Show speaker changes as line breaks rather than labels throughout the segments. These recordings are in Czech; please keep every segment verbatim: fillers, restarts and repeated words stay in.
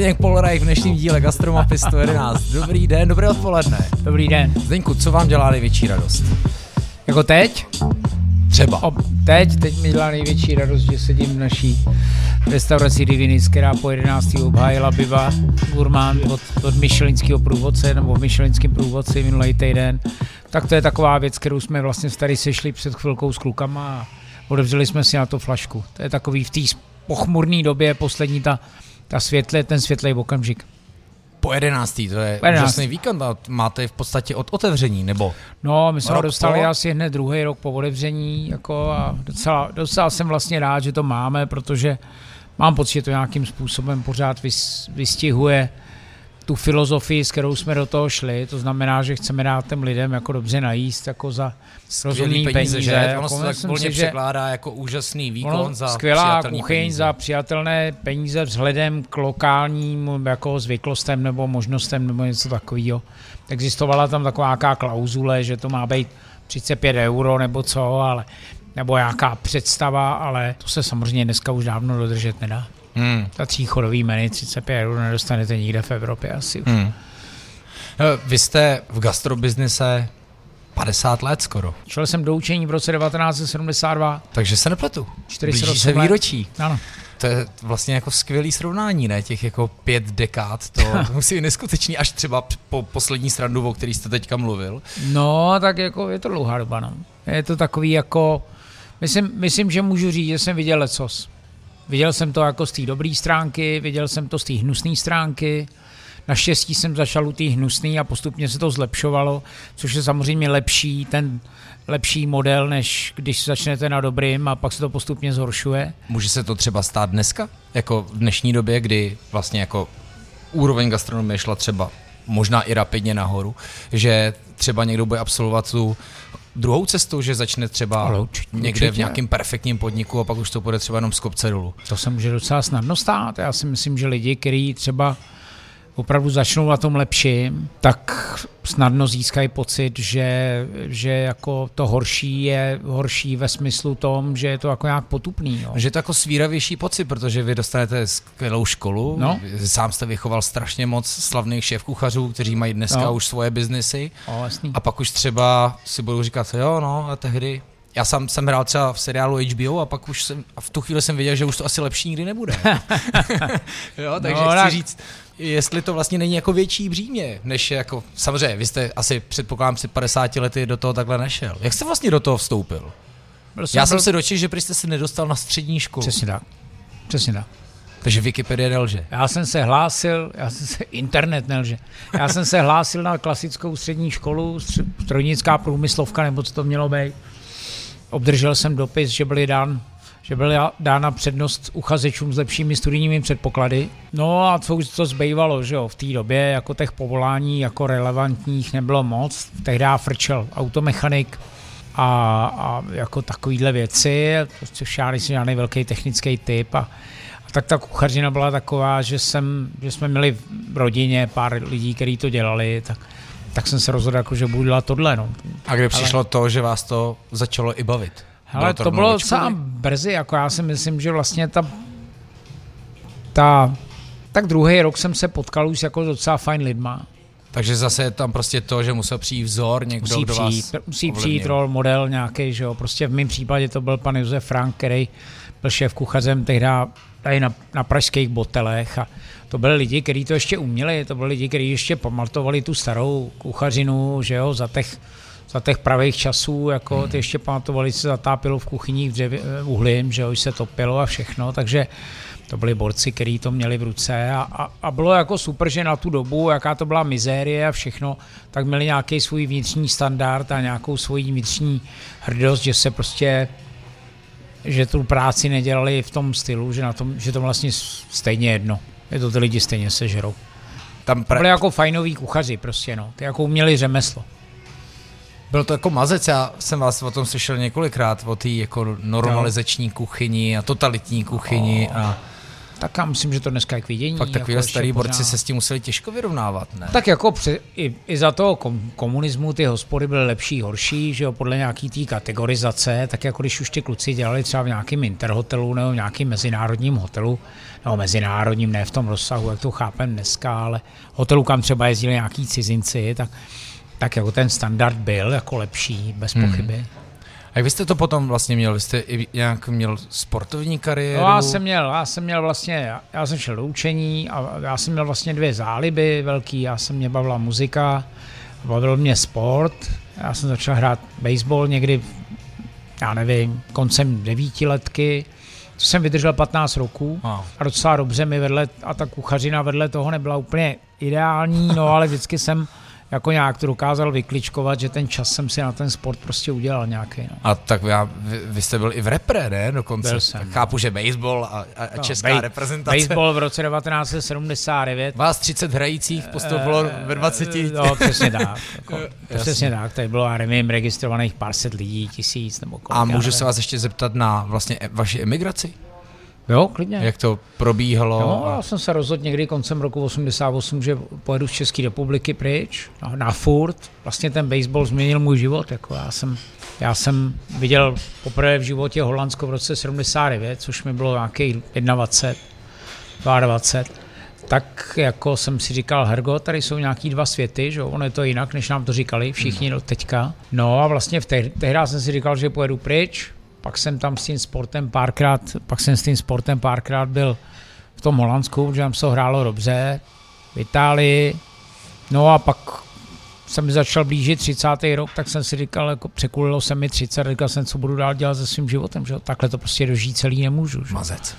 Zdeněk Poloraj v dnešním díle Gastromapy sto jedenáct. Dobrý den, dobré odpoledne.
Dobrý den.
Zdeňku, co vám dělá největší radost?
Jako teď?
Třeba.
O, teď, teď mi dělá největší radost, že sedím v naší restauraci Divinis, která po jedenácté obhájila Biba Gourmand od, od michelinského průvodce, nebo v michelinském průvodci minulý týden. Tak to je taková věc, kterou jsme vlastně tady sešli před chvilkou s klukama a odevřeli jsme si na to flašku. To je takový v té pochmurné době poslední ta, ta světle, ten světlej okamžik.
Po jedenáctý, to je
jedenáctý.
Úžasný víkend, máte v podstatě od otevření, nebo?
No, my jsme ho dostali
po...
asi hned druhý rok po otevření, jako a docela, docela jsem vlastně rád, že to máme, protože mám pocit, že to nějakým způsobem pořád vys, vystihuje tu filozofii, s kterou jsme do toho šli, to znamená, že chceme dát těm lidem jako dobře najíst, jako za rozumný peníze. peníze
že?
jako
ono se tak volně překládá jako úžasný výkon za
skvělá kuchyň
peníze.
Za přijatelné peníze vzhledem k lokálním jako zvyklostem nebo možnostem nebo něco takového. Existovala tam taková nějaká klauzule, že to má být třicet pět euro nebo co, ale nebo nějaká představa, ale to se samozřejmě dneska už dávno dodržet nedá. Hmm. Za tříchodový menu třicet pět euro nedostanete nikde v Evropě asi. Hmm.
Vy jste v gastrobiznise padesát let skoro.
Šel jsem do učení v roce devatenáct set sedmdesát dva.
Takže se nepletu.
čtyřicet
se výročí.
Ano.
To je vlastně jako skvělý srovnání, ne? Těch jako pět dekád, to musí být neskutečný, až třeba po poslední srandu, o který jste teďka mluvil.
No, tak jako je to dlouhá doba, no. Je to takový jako, myslím, myslím, že můžu říct, že jsem viděl lecos. Viděl jsem to jako z té dobré stránky, viděl jsem to z té hnusné stránky. Naštěstí jsem začal u té hnusné a postupně se to zlepšovalo, což je samozřejmě lepší, ten lepší model, než když začnete na dobrým a pak se to postupně zhoršuje.
Může se to třeba stát dneska? Jako v dnešní době, kdy vlastně jako úroveň gastronomie šla třeba možná i rapidně nahoru, že třeba někdo bude absolvovat tu druhou cestu, že začne třeba určitě, někde určitě. v nějakém perfektním podniku a pak už to půjde třeba jenom z kopce dolů.
To se může docela snadno stát. Já si myslím, že lidi, kteří třeba opravdu začnou na tom lepším, tak snadno získají pocit, že, že jako to horší je horší ve smyslu tom, že je to jako nějak potupný. Jo.
Že je to jako svíravější pocit, protože vy dostanete skvělou školu, no. Sám jste vychoval strašně moc slavných šéfkuchařů, kteří mají dneska no. už svoje biznesy
o,
a pak už třeba si budou říkat, jo no a tehdy já sám jsem hrál třeba v seriálu H B O a pak už jsem, a v tu chvíli jsem věděl, že už to asi lepší nikdy nebude. Jo, takže no, chci tak. říct, jestli to vlastně není jako větší břímě, než jako, samozřejmě, vy jste asi předpokládám před padesáti lety do toho takhle nešel. Jak jste vlastně do toho vstoupil?
Prostě
já byl... jsem
byl...
se dočil, že prý jste se nedostal na střední školu.
Přesně tak. Přesně tak.
Takže Wikipedie nelže.
Já jsem se hlásil, já jsem se, internet nelže, já jsem se hlásil na klasickou střední školu, strojnická průmyslovka, nebo co to mělo být. Obdržel jsem dopis, že byly dán, že byla dána přednost uchazečům s lepšími studijními předpoklady. No a co už to zbývalo, že jo, v té době jako těch povolání jako relevantních nebylo moc. Tehdy frčel automechanik a, a jako takovýhle věci, což já nejsem žádný velký technický typ. A, a tak ta kuchařina byla taková, že, jsem, že jsme měli v rodině pár lidí, kteří to dělali, tak tak jsem se rozhodl, jako, že budu dělat tohle. No.
A kde přišlo ale... to, že vás to začalo i bavit?
Ale to, to bylo docela brzy, jako já si myslím, že vlastně ta, ta tak druhý rok jsem se potkal už jako docela fajn lidma.
Takže zase je tam prostě to, že musel přijít vzor, někdo,
musí
kdo
přijít,
vás
musí přijít role model nějaký, že jo, prostě v mém případě to byl pan Josef Frank, který byl šéf kuchařem tehdy tady na, na pražských botelech a to byli lidi, kteří to ještě uměli, to byli lidi, kteří ještě pamatovali tu starou kuchařinu, že jo, za těch, za těch pravých časů, jako hmm. ty ještě pamatovali, se zatápilo v kuchyních dřevě, uhlím, že jo, se topilo a všechno, takže to byli borci, kteří to měli v ruce a, a, a bylo jako super, že na tu dobu, jaká to byla mizérie a všechno, tak měli nějaký svůj vnitřní standard a nějakou svoji vnitřní hrdost, že se prostě že tu práci nedělali v tom stylu, že, na tom, že to vlastně stejně jedno. Je to ty lidi stejně sežerou. Tam pra... byli jako fajnoví kuchaři prostě, no. Ty jako uměli řemeslo.
Byl to jako mazec, já jsem vás o tom slyšel několikrát, o té jako normalizační kuchyni a totalitní kuchyni. Oh. A
Tak já myslím, že to dneska je k vidění.
Fakt takovýhle jako starý borci se s tím museli těžko vyrovnávat, ne?
Tak jako při, i, i za toho komunismu ty hospody byly lepší, horší, že jo, podle nějaký té kategorizace, tak jako když už ty kluci dělali třeba v nějakém interhotelu nebo v nějakém mezinárodním hotelu, nebo mezinárodním, ne v tom rozsahu, jak to chápem dneska, ale hotelu, kam třeba jezdili nějaký cizinci, tak, tak jako ten standard byl jako lepší, bez pochyby. Hmm.
A jak vy jste to potom vlastně měl? Vy jste i nějak měl sportovní kariéru?
No, já jsem měl, já jsem měl vlastně, já jsem šel do učení a já jsem měl vlastně dvě záliby velký, já jsem mě bavila muzika, bavil mě sport, já jsem začal hrát baseball někdy, já nevím, koncem devítiletky, to jsem vydržel patnáct roků a, a docela dobře mi vedle, a ta kuchařina vedle toho nebyla úplně ideální, no ale vždycky jsem jako nějak to dokázal vykličkovat, že ten čas jsem si na ten sport prostě udělal nějaký. No.
A tak já, vy, vy jste byl i v repre, ne? Dokonce.
Byl jsem.
Chápu, že baseball a, a no, česká bej, reprezentace.
Baseball v roce devatenáct set sedmdesát devět.
Vás třicet hrajících postoupilo uh, ve dvaceti.
No, přesně tak. Jako, přesně tak. Tady bylo, já nevím, registrovaných pár set lidí, tisíc nebo kolik.
A můžu se vás ještě zeptat na vlastně vaši emigraci?
Jo, klidně.
Jak to probíhalo?
No, já jsem se rozhodl někdy koncem roku osmdesát osm, že pojedu z České republiky pryč, na, na furt. Vlastně ten baseball změnil můj život. Jako já, jsem, já jsem viděl poprvé v životě Holandsko v roce sedmdesát devět, což mi bylo nějaký dvacet jedna, dvacet dva. Tak jako jsem si říkal, hergo, tady jsou nějaký dva světy, že ono je to jinak, než nám to říkali všichni do teďka. No a vlastně v té, tehdy jsem si říkal, že pojedu pryč. Pak jsem tam s tím sportem párkrát, pak jsem s tím sportem párkrát byl v tom Holandsku, protože tam se hrálo dobře, v Itálii. No a pak jsem mi začal blížit třicátý rok, tak jsem si říkal, jako překulilo se mi třicet, říkal jsem, co budu dál dělat se svým životem, že takhle to prostě dožít celý nemůžu. Že?
Mazec.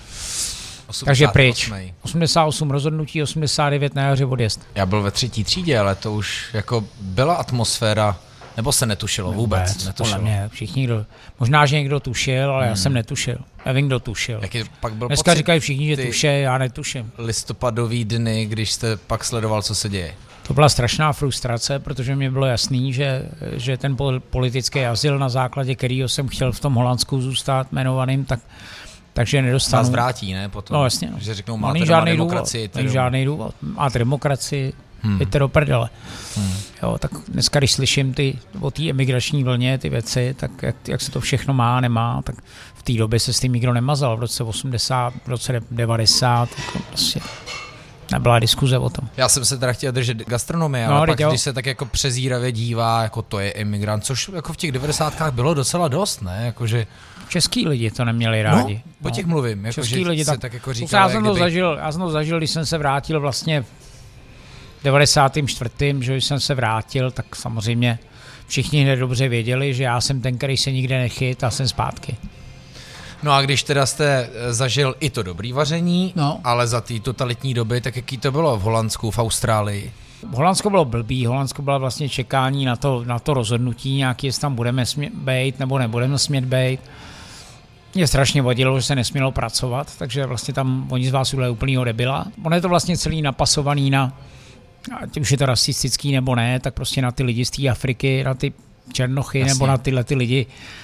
Takže pryč. osmdesát osm rozhodnutí, osmdesát devět na jaře odjezd.
Já byl ve třetí třídě, ale to už jako byla atmosféra. Nebo se netušilo vůbec? vůbec netušilo.
Mě, všichni, kdo, možná, že někdo tušil, ale hmm. já jsem netušil. Nevím, kdo tušil.
Jaký pak byl
Dneska říkají všichni, že tuší, já netuším.
Listopadový dny, když jste pak sledoval, co se děje.
To byla strašná frustrace, protože mi bylo jasný, že, že ten politický azyl, na základě kterého jsem chtěl v tom Holandsku zůstat jmenovaným, tak takže nedostanu.
Vás vrátí, ne? Potom,
no jasně.
Že řeknou, máte doma demokracii.
Není žádný důvod. Máte demokracii, hmm. jděte do prdele. Hmm. Jo, tak dneska, když slyším ty, o té emigrační vlně, ty věci, tak jak, jak se to všechno má, nemá, tak v té době se s tím nikdo nemazal. V roce osmdesát, v roce devadesát, jako prostě nebyla diskuze o tom.
Já jsem se teda chtěl držet gastronomie, no, ale pak, když se tak jako přezíravě dívá, jako to je imigrant, což jako v těch devadesátkách bylo docela dost, ne? Jakože
český lidi to neměli rádi.
No, po těch no. mluvím. Jako,
český lidi tak,
tak jako říkali,
já, jsem to
kdyby...
zažil, já jsem to zažil, když jsem se vrátil vlastně v devadesátém čtvrtém že když jsem se vrátil, tak samozřejmě všichni hned dobře věděli, že já jsem ten, který se nikde nechyt a jsem zpátky.
No a když teda jste zažil i to dobrý vaření, no. ale za té totalitní doby, tak jaký to bylo v Holandsku, v Austrálii?
Holandsko bylo blbý, Holandsko bylo vlastně čekání na to, na to rozhodnutí, nějaký, jestli tam budeme smět bejt nebo nebudeme smět bejt. Mě strašně vadilo, že se nesmělo pracovat, takže vlastně tam oni z vás udělali úplnýho debila. Ono je to vlastně celý napasovaný na, ať už je to rasistický nebo ne, tak prostě na ty lidi z té Afriky, na ty černochy Jasně. nebo na tyhle ty lidi,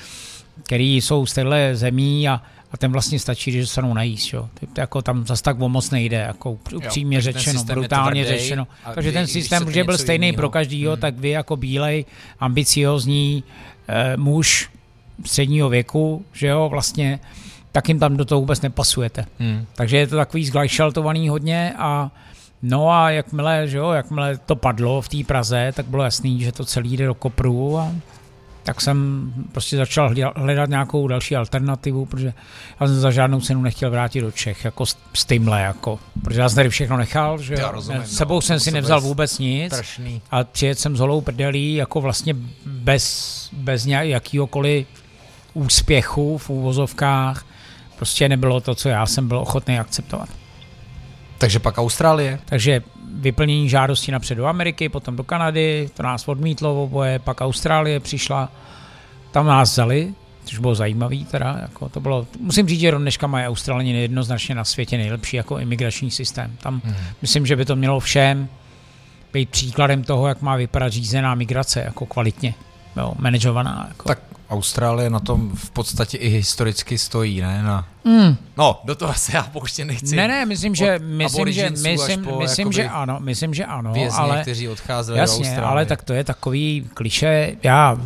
který jsou z téhle zemí a, a ten vlastně stačí, že se mnou najíst. Jo. Jako tam zase tak o moc nejde, jako upřímně řečeno, brutálně řečeno. Takže ten systém, že byl stejný jinýho. pro každýho, hmm. tak vy jako bílej, ambiciózní eh, muž středního věku, že jo, vlastně, tak jim tam do toho vůbec nepasujete. Hmm. Takže je to takový zglajšaltovaný hodně a no a jakmile, že jo, jakmile to padlo v té Praze, tak bylo jasný, že to celý jde do kopru a tak jsem prostě začal hledat nějakou další alternativu, protože já jsem za žádnou cenu nechtěl vrátit do Čech, jako s tímhle, jako, protože já jsem tady všechno nechal, že já rozumím, s sebou no, jsem si nevzal vůbec nic strašný. A přijet jsem s holou prdelí, jako vlastně bez, bez jakýhokoliv úspěchu v úvozovkách, prostě nebylo to, co já jsem byl ochotný akceptovat.
Takže pak Austrálie?
Takže vyplnění žádosti napřed do Ameriky, potom do Kanady, to nás odmítlo oboje, pak Austrálie přišla, tam nás vzali, což bylo zajímavý teda, jako to bylo, musím říct, že do dneška mají Australani jednoznačně na světě nejlepší jako imigrační systém. Tam hmm. myslím, že by to mělo všem být příkladem toho, jak má vypadat řízená migrace, jako kvalitně, jo, manažovaná. Jako.
Tak Austrálie na tom v podstatě i historicky stojí, ne? Na...
Mm.
No, do toho se já pouště nechci.
Ne, ne, myslím, že, myslím, že, myslím, po, myslím, že ano, myslím, že ano,
vězně,
ale,
kteří odcházeli
jasně,
do Austrálie.
Ale tak to je takový klišé. Já,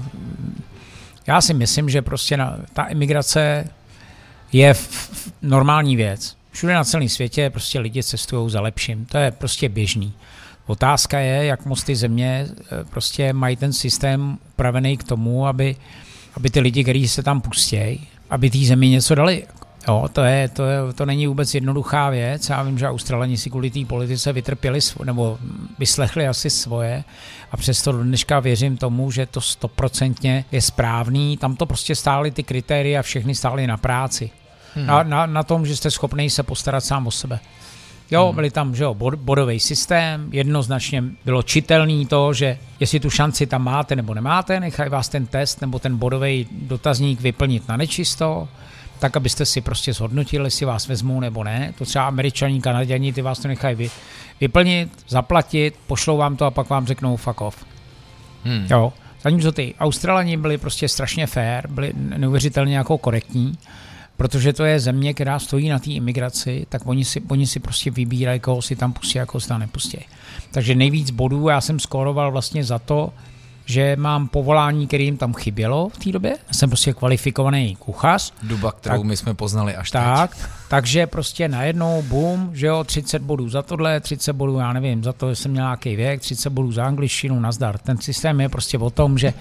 já si myslím, že prostě na, ta imigrace je v, v normální věc. Všude na celém světě prostě lidi cestují za lepším. To je prostě běžný. Otázka je, jak moc ty země prostě mají ten systém upravený k tomu, aby, aby ty lidi, kteří se tam pustějí, aby té zemi něco dali. Jo, to, je, to, je, to není vůbec jednoduchá věc. Já vím, že Australani si kvůli té politice vytrpěli svo, nebo vyslechli asi svoje a přesto do dneška věřím tomu, že to stoprocentně je správný. Tam to prostě stály ty kritéria, všechny stály na práci. Hmm. Na, na, na tom, že jste schopný se postarat sám o sebe. Jo, hmm. byli tam, že jo, bod, bodový systém, jednoznačně bylo čitelný to, že jestli tu šanci tam máte nebo nemáte, nechají vás ten test nebo ten bodový dotazník vyplnit na nečisto, tak abyste si prostě zhodnotili, jestli vás vezmou nebo ne. To třeba Američaní, Kanaděni, ty vás to nechají vy, vyplnit, zaplatit, pošlou vám to a pak vám řeknou fuck off. Hmm. Jo, zatímco ty Australani byli prostě strašně fair, byli neuvěřitelně jako korektní, protože to je země, která stojí na té imigraci, tak oni si, oni si prostě vybírají, koho si tam pustí a koho si tam nepustí. Takže nejvíc bodů já jsem skóroval vlastně za to, že mám povolání, které jim tam chybělo v té době. Já jsem prostě kvalifikovaný kuchař.
Duba, kterou tak, my jsme poznali až
tak,
teď.
Takže prostě najednou boom, že jo, třicet bodů za tohle, třicet bodů, já nevím, za to, že jsem měl nějaký věk, třicet bodů za angličtinu, nazdar. Ten systém je prostě o tom, že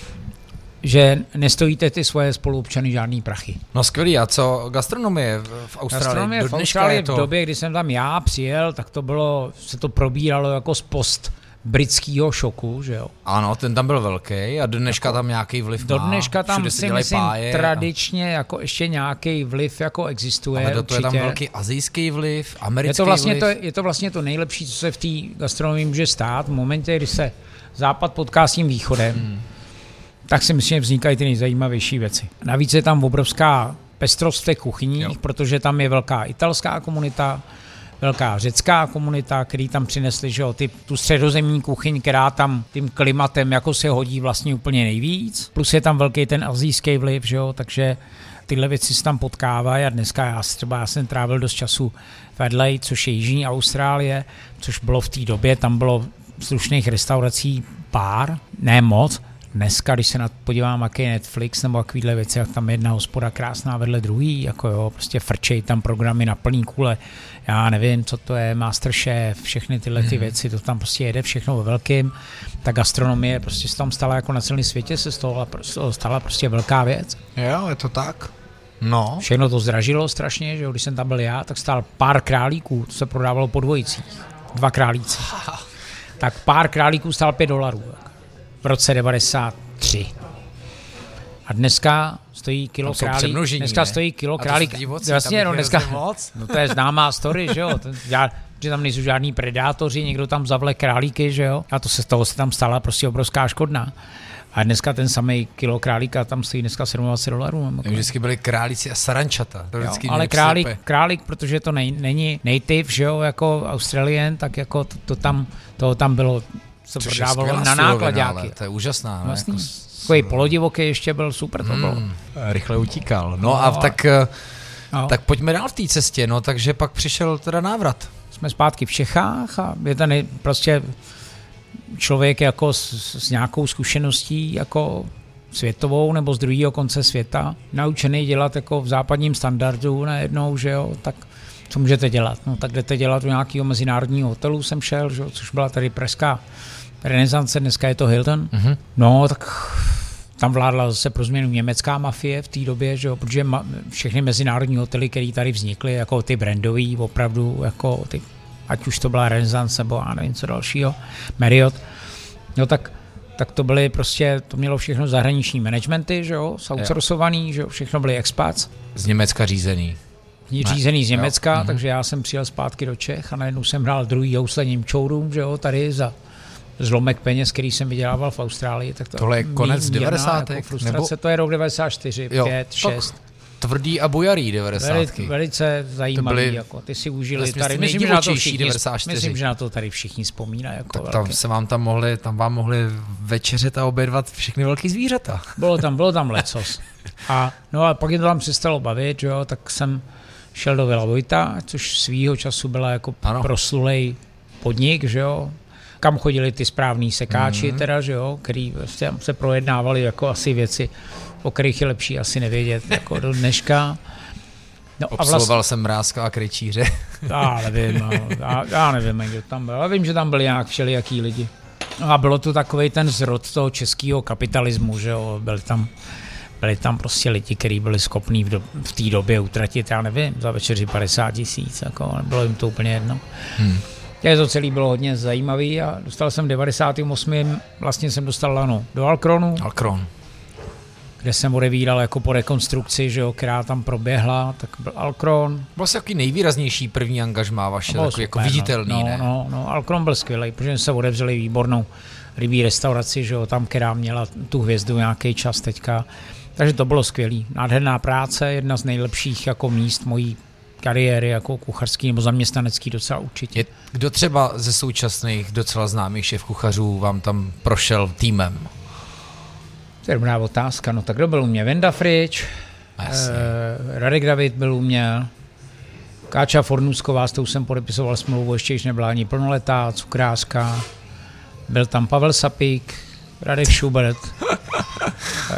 že nestojíte ty svoje spoluobčany žádný prachy.
No skvělý, a co gastronomie v Austrálii?
Gastronomie v Austrálii to... v době, kdy jsem tam já přijel, tak to bylo, se to probíralo jako z post britského šoku, že jo.
Ano, ten tam byl velký a do dneška jako, tam nějaký vliv
do
má.
Do dneška tam si myslím
páje
tradičně a... jako ještě nějaký vliv jako existuje.
Ale do toho je tam velký asijský vliv, americký
je to vlastně
vliv.
To, je to vlastně to nejlepší, co se v té gastronomii může stát. V momentě, kdy se západ potká s tím východem, hmm. tak si myslím, že vznikají ty nejzajímavější věci. Navíc je tam obrovská pestrost v těch kuchyních, jo. protože tam je velká italská komunita, velká řecká komunita, který tam přinesli, že jo, ty, tu středozemní kuchyň, která tam tím klimatem jako se hodí vlastně úplně nejvíc. Plus je tam velký ten asijský vliv, že jo, takže tyhle věci se tam potkávají a dneska já třeba já jsem trávil dost času v Adelaide, což je jižní Austrálie, což bylo v té době, tam bylo slušných restaurací pár, ne moc. Dneska, když se na podívám, jaký je Netflix nebo takovýhle věci, jak tam jedna hospoda krásná vedle druhý, jako jo, prostě frčej tam programy na plný kule, já nevím, co to je, Masterchef, všechny tyhle ty věci, to tam prostě jede všechno ve velkým, ta gastronomie prostě se tam stala jako na celém světě, se z toho stala prostě velká věc.
Jo, je to tak. No.
Všechno to zdražilo strašně, že jo, když jsem tam byl já, tak stál pár králíků, to se prodávalo po dvojicích, dva králíci. Tak pár králíků stál pět dolarů. V roce devadesát tři. A dneska stojí kilo králík. Dneska ne? stojí kilo králík. Vlastně, no, dneska, no to je známá story, že jo. Já, že tam nejsou žádní predátoři, někdo tam zavle králíky, že jo. A to se z toho se tam stala prostě obrovská škodná. A dneska ten samý kilo králíka tam stojí dneska dvacet sedm dolarů.
Vždycky byli králíci a sarančata.
Jo, ale králík, králík, protože to nej, není native, že jo, jako Australian, tak jako to, to tam, to tam bylo se prodávalo na nákladáky.
To je úžasná.
Vlastně. Jako takový polodivoký ještě byl, super to bylo. Hmm,
rychle utíkal. No, no a tak, no. tak pojďme dál v té cestě, no, takže pak přišel teda návrat.
Jsme zpátky v Čechách a je tady prostě člověk jako s, s nějakou zkušeností jako světovou nebo z druhého konce světa, naučený dělat jako v západním standardu najednou, že jo, tak co můžete dělat? No tak jdete dělat u nějakého mezinárodního hotelu, jsem šel, že? Což byla tady pražská renesance, dneska je to Hilton. Mm-hmm. No tak tam vládla zase pro změnu německá mafie v té době, že? Protože ma- všechny mezinárodní hotely, které tady vznikly, jako ty brandový, opravdu, jako ty, ať už to byla renesance nebo já nevím co dalšího, Marriott, no tak tak to byly prostě, to mělo všechno zahraniční managementy, že jo, outsourcovaný, že jo, všechno byly expats.
Z Německa řízený.
Řízený z Německa, jo. Takže já jsem přijel zpátky do Čech a najednou jsem hrál druhý houslením showroom, že jo, tady za zlomek peněz, který jsem vydělával v Austrálii. Tak to
tohle je konec devadesátek?
Jako frustrace, nebo... to je rok devadesát čtyři,
jo,
pět, šest.
tvrdý a bojarý devadesátky.
Veli, velice zajímavý, jako ty si užili tady.
Myslím, že na to všichni,
myslím, že na to tady všichni vzpomínají. Jako
tak tam se vám tam mohli, tam vám mohli večeřet a obědvat všechny velký zvířata.
Bylo tam, bylo tam lecos. A no a pak je to tam přestalo bavit, jo, tak jsem šel do Vila Vojta, což svýho času byla jako ano. proslulej podnik, že jo, kam chodili ty správní sekáči, mm. teda, že jo, který vlastně se projednávali jako asi věci, o kterých je lepší asi nevědět, jako do dneška.
No Obsluhoval vlast... jsem Mrázka a Krejčíře.
Já nevím, no, já, já nevím, kdo tam byl, ale vím, že tam byli nějak všelijaký lidi. No a bylo to takovej ten zrod toho českého kapitalismu, že jo, byli tam, byli tam prostě lidi, kteří byli schopní v, do, v té době utratit, já nevím, za večeři padesát tisíc, jako, bylo jim to úplně jedno. Hmm. Je to celé bylo hodně zajímavý a dostal jsem v devadesátém osmém vlastně jsem dostal lano do Alkronu.
Alkron.
Kde jsem odevíral jako po rekonstrukci, že jo, která tam proběhla, tak byl Alkron.
Byl jsi takový nejvýraznější první angažmá vaše, takový super, jako viditelný,
no,
ne?
No, no, Alkron byl skvělý, protože se odevřeli výbornou rybí restauraci, že jo, tam, která měla tu hvězdu nějaký čas teďka. Takže to bylo skvělý. Nádherná práce, jedna z nejlepších jako míst mojí kariéry jako kuchařský nebo zaměstnanecký docela určitě.
Je, kdo třeba ze současných docela známých šéf kuchařů vám tam prošel týmem?
To je dobrá otázka. No tak kdo byl u mě? Venda Frič, eh, Radek David byl u mě, Káča Fornůzková, s tou jsem podepisoval smlouvu, ještě již nebyla ani plnoletá, cukrářka, byl tam Pavel Sapík, Radek Schubert, eh,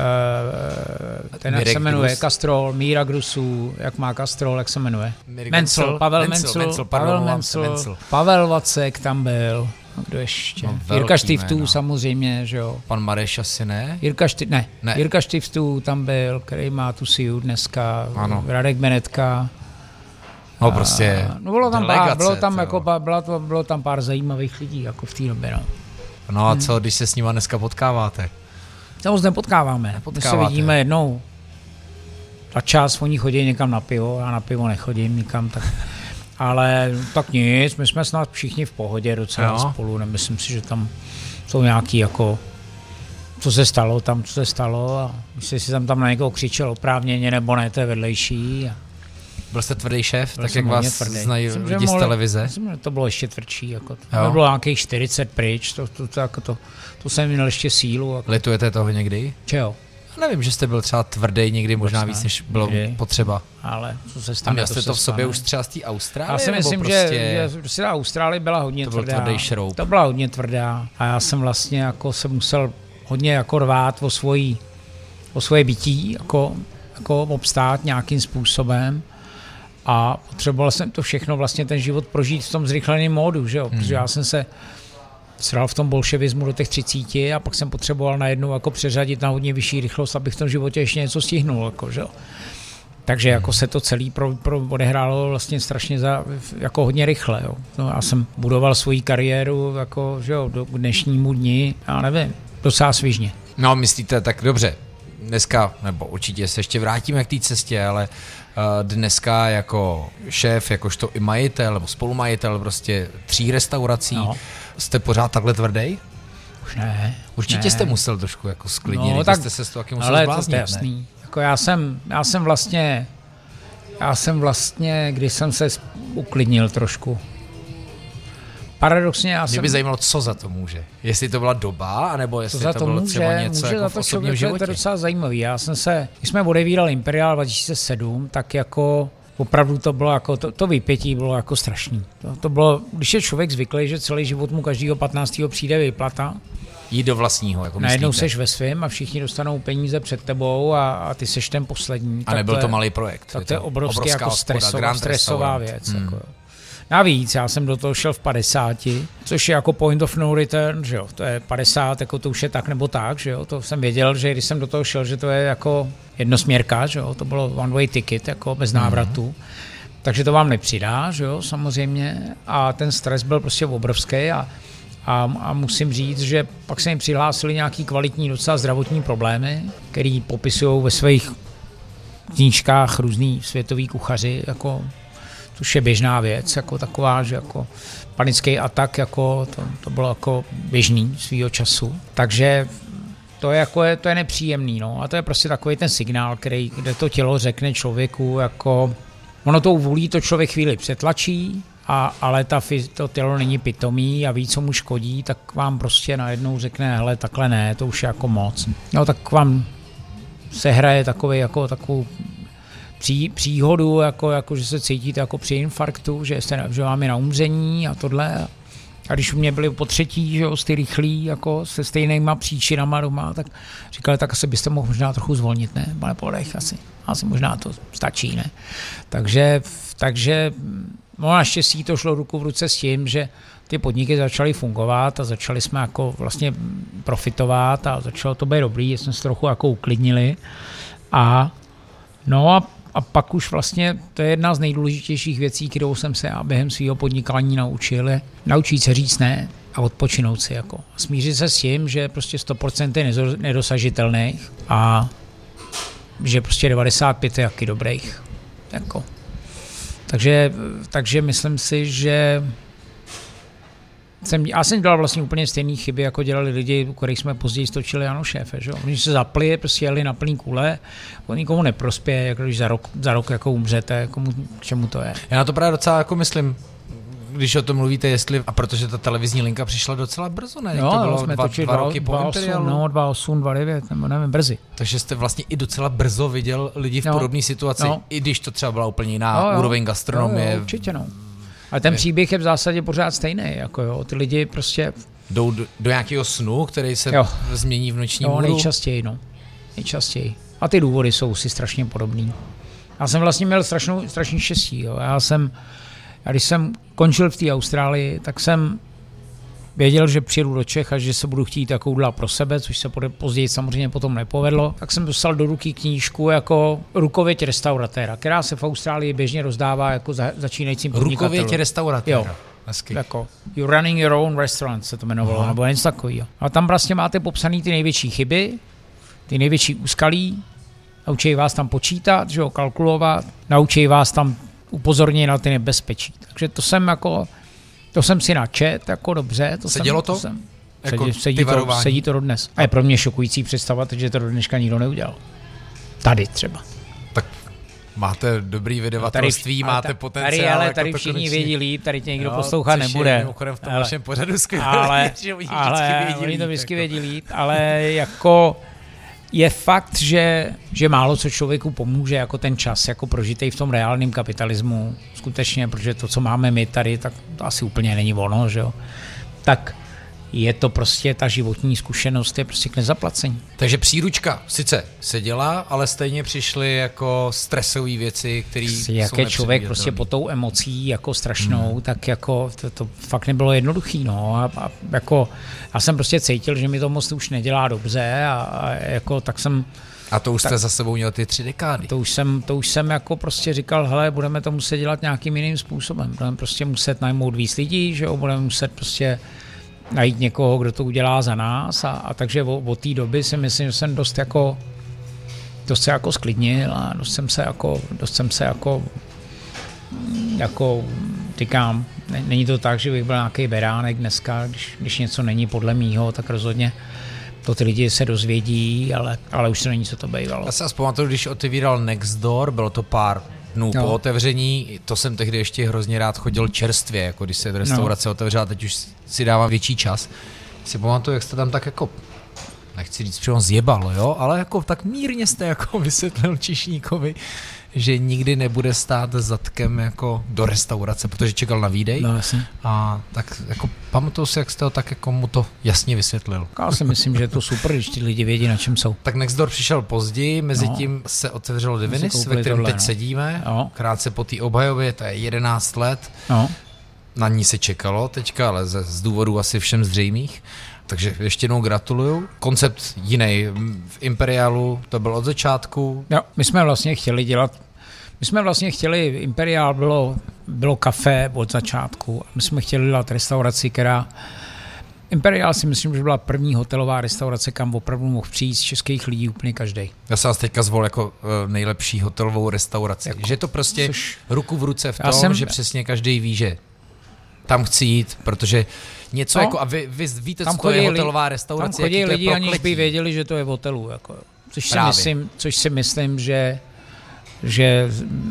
ten jak se jmenuje, Grus. Kastrol, Míra Grusů, jak má Kastrol, jak se jmenuje? Mencel, Pavel Mencel, Mencel, Pavel Mencel, Pavel Vacek tam byl. Kdo ještě? No, Jirka Štiftů jméno. Samozřejmě, že jo.
Pan Mareš asi ne?
Jirka, Šti- ne. ne. Jirka Štiftů tam byl, který má tu síu dneska. Ano. Radek Benetka.
No prostě
no bylo tam delegace, pár, bylo tam, jako, bylo, to, bylo tam pár zajímavých lidí jako v té době. No.
no a co, hmm. když se s nima dneska potkáváte?
Se moc nepotkáváme. My se vidíme jednou za čas, oni chodí někam na pivo, já na pivo nechodím nikam, tak... Ale tak nic, my jsme snad všichni v pohodě docela jo. spolu, nemyslím si, že tam jsou nějaký jako, co se stalo tam, co se stalo a jestli si tam tam na někoho křičel oprávněně nebo ne, to je vedlejší. A
byl jste tvrdý šéf, tak jak vás tvrdý. Znají myslím, lidi z televize?
Myslím, že to bylo ještě tvrdší, jako to, to bylo nějakých čtyřicet pryč, to, to, to, jako to, to jsem měl ještě sílu. Jako.
Litujete toho někdy?
Čeho?
Nevím, že jste byl třeba tvrdý někdy, možná víc, než bylo někdy. Potřeba.
Ale co se stane,
a měl
jste
to, to
v
sobě už třeba z té Austrálie?
Já si myslím,
prostě...
že, že, že ta Austrálie byla hodně
to
tvrdá.
Tvrdý šroub.
To byla hodně tvrdá a já jsem vlastně jako se musel hodně jako rvát o svojí, o svoje bytí, jako, jako obstát nějakým způsobem a potřeboval jsem to všechno vlastně ten život prožít v tom zrychleném módu, že jo, hmm. protože já jsem se sral v tom bolševismu do těch třicíti a pak jsem potřeboval najednou jako přeřadit na hodně vyšší rychlost, abych v tom životě ještě něco stihnul. Jako, že? Takže jako se to celé pro, pro odehrálo vlastně strašně za, jako hodně rychle. Jo. No, já jsem budoval svoji kariéru jako, že jo, do dnešnímu dni, já nevím, docela svižně.
No myslíte, tak dobře, dneska, nebo určitě se ještě vrátíme k té cestě, ale uh, dneska jako šéf, jakožto i majitel, nebo spolumajitel prostě tří restaurací, no. Jste pořád takhle tvrdý?
Už ne.
Určitě
ne.
jste musel trošku jako sklidnit,
no, tak,
jste se z toho taky musel
ale
zbláznit,
to je jasný. Jako já jsem, já jsem vlastně, já jsem vlastně, když jsem se uklidnil trošku. Paradoxně já
Mě
jsem...
Mě by zajímalo, co za to může. Jestli to byla doba, anebo jestli to, to bylo
může,
třeba něco
může
jako v osobním životě.
To je docela zajímavý. Já jsem se, když jsme odevírali Imperial dva tisíce sedm, tak jako opravdu to bylo jako, to, to vypětí bylo jako strašný. To, to bylo, když je člověk zvyklý, že celý život mu každýho patnáctého přijde výplata.
Jít do vlastního, jako
najednou
myslíte.
Seš ve svém a všichni dostanou peníze před tebou a, a ty seš ten poslední.
A nebyl
to,
to malý projekt.
Tak to je obrovský jako
hospoda,
stresová, stresová věc. Hmm. Jako. Navíc já jsem do toho šel v padesáti, což je jako point of no return, že jo, to je padesát, jako to už je tak nebo tak, že jo, to jsem věděl, že když jsem do toho šel, že to je jako jednosměrka, že jo, to bylo one way ticket, jako bez návratu, mm. takže to vám nepřidá, že jo, samozřejmě a ten stres byl prostě obrovský a, a, a musím říct, že pak se jim přihlásili nějaký kvalitní docela zdravotní problémy, který popisují ve svých knížkách různý světoví kuchaři, jako což je běžná věc, jako taková, že jako panický atak, jako to, to bylo jako běžný svýho času. Takže to je, jako je, to je nepříjemný, no. A to je prostě takový ten signál, který, kde to tělo řekne člověku, jako ono tou vůlí to člověk chvíli přetlačí, a, ale ta, to tělo není pitomý a ví, co mu škodí, tak vám prostě najednou řekne, hele, takhle ne, to už je jako moc. No tak vám se hraje takový, jako takovou pří, příhodu, jako, jako, že se cítíte jako při infarktu, že, jste, že vám je na umření a tohle. A když u mě byli po třetí, že jo, ty rychlí, jako se stejnýma příčinama doma, tak říkali, tak asi byste mohl možná trochu zvolnit, ne? Pane podech, asi, asi možná to stačí, ne? Takže, takže no naštěstí to šlo ruku v ruce s tím, že ty podniky začaly fungovat a začali jsme jako vlastně profitovat a začalo to být dobrý, jsme se trochu jako uklidnili. A no a A pak už vlastně, to je jedna z nejdůležitějších věcí, kterou jsem se během svého podnikání naučil, je naučit se říct ne a odpočinout si. Jako. Smířit se s tím, že prostě sto procent je nedosažitelných a že prostě devadesát pět je taky dobrých. Jako. Takže, takže myslím si, že jsem, já jsem dělal vlastně úplně stejné chyby, jako dělali lidi, u kterých jsme později stočili Ano šéfe. Že? Oni se zapli, prostě jeli na plný kule, on nikomu neprospěje, jako když za rok, za rok jako umřete, komu, k čemu to je.
Já na to právě docela jako myslím, když o tom mluvíte, jestli, a protože ta televizní linka přišla docela brzo, ne?
No,
to bylo
jsme
dva,
točili
dva roky po Imperialu.
No, dva osm, dva devět, nebo nevím, brzy.
Takže jste vlastně i docela brzo viděl lidi v no, podobné situaci, no. I když to třeba byla úplně jiná no, úroveň gastronomie.
No, určitě, no. Ale ten příběh je v zásadě pořád stejný, jako jo, ty lidi prostě
jdou do, do nějakého snu, který se jo. změní v noční
můru.
Jo,
nejčastěji, no. Nejčastěji. A ty důvody jsou si strašně podobný. Já jsem vlastně měl strašnou, strašný štěstí, jo. Já jsem, já když jsem končil v té Austrálii, tak jsem věděl, že přijedu do Čech a že se budu chtít jako udělat pro sebe, což se později samozřejmě potom nepovedlo. Tak jsem dostal do ruky knížku jako Rukověť restauratéra, která se v Austrálii běžně rozdává jako za, začínajícím podnikatelům.
Rukověť restauratéra.
Jo. Hezky. Jako You're running your own restaurant se to jmenovalo, aha, nebo něco takového. A tam vlastně máte popsané ty největší chyby, ty největší úskalí, naučí vás tam počítat, že jo, kalkulovat, naučí vás tam upozornit na ty nebezpečí. Takže to jsem jako To jsem si načet, jako dobře. To
Sedělo
jsem,
to?
Jsem,
jako
sedí, sedí, to, sedí to dodnes. A je pro mě šokující představovat, že to do dneška nikdo neudělal. Tady třeba.
Tak máte dobrý vydavatelství, tady, máte
ta,
potenciál.
Tady, ale
jako
tady všichni konečný vědí líp, tady tě někdo
no,
poslouchat nebude.
Mimochodem v tom našem pořadu skvělé,
ale,
že oni
ale
vědí
oni
líp,
to vždycky
jako.
vědí líp, ale jako je fakt, že, že málo co člověku pomůže, jako ten čas, jako prožitej v tom reálném kapitalismu, skutečně, protože to, co máme my tady, tak to asi úplně není ono, že jo. Tak je to prostě, ta životní zkušenost je prostě k nezaplacení.
Takže příručka sice se dělá, ale stejně přišly jako stresové věci, které jsou
Jak je člověk prostě pod tou emocí jako strašnou, hmm. tak jako to, to fakt nebylo jednoduchý, no. A, a jako já jsem prostě cítil, že mi to moc už nedělá dobře a, a jako tak jsem...
A to už
tak,
jste za sebou měl ty tři dekády.
To už jsem, to už jsem jako prostě říkal, hele, budeme to muset dělat nějakým jiným způsobem. Budeme prostě muset najmout víc lidí, že jo, budeme muset prostě najít někoho, kdo to udělá za nás a, a takže od té doby si myslím, že jsem dost jako dost se jako sklidnil a dost jsem se jako dost jsem se jako jako říkám, ne, není to tak, že bych byl nějaký beránek dneska, když, když něco není podle mýho, tak rozhodně to ty lidi se dozvědí, ale, ale už to není, co to bývalo.
Já se asi pamatuju, když otevíral Nextdoor, bylo to pár dnů no. po otevření, to jsem tehdy ještě hrozně rád chodil čerstvě, jako když se restaurace no. otevřela, teď už si dávám větší čas. Si pamatuju, jak jste tam tak jako, nechci říct, přímo zjebal, jo, ale jako tak mírně jste jako vysvětlil Čišníkovi, že nikdy nebude stát zadkem jako do restaurace, protože čekal na výdej.
No, jasně.
A tak jako pamatuju si, jak jste ho tak jako mu to jasně vysvětlil.
Já si myslím, že je to super, když ty lidi vědí, na čem jsou.
Tak Nextdoor přišel později, mezi no. tím se otevřelo Divinis, ve kterém teď no. sedíme, no. krátce po té obhajově, to je jedenáct let. No. Na ní se čekalo teďka, ale z, z důvodů asi všem zřejmých. Takže ještě jednou gratuluju. Koncept jiný. V Imperialu to byl od začátku.
Jo, my jsme vlastně chtěli dělat, my jsme vlastně chtěli, Imperial bylo, bylo kafe od začátku. My jsme chtěli dělat restauraci, která, Imperial si myslím, že byla první hotelová restaurace, kam opravdu mohl přijít z českých lidí úplně každý.
Já jsem vás teďka zvolil jako nejlepší hotelovou restauraci. Jako, že je to prostě což, ruku v ruce v tom, jsem, že přesně každý ví, že tam chci jít, protože něco no, jako, a vy, vy víte, co to je hotelová restaurace,
tam chodí lidi, aniž by věděli, že to je v hotelu, jako, což, si myslím, což si myslím, že, že,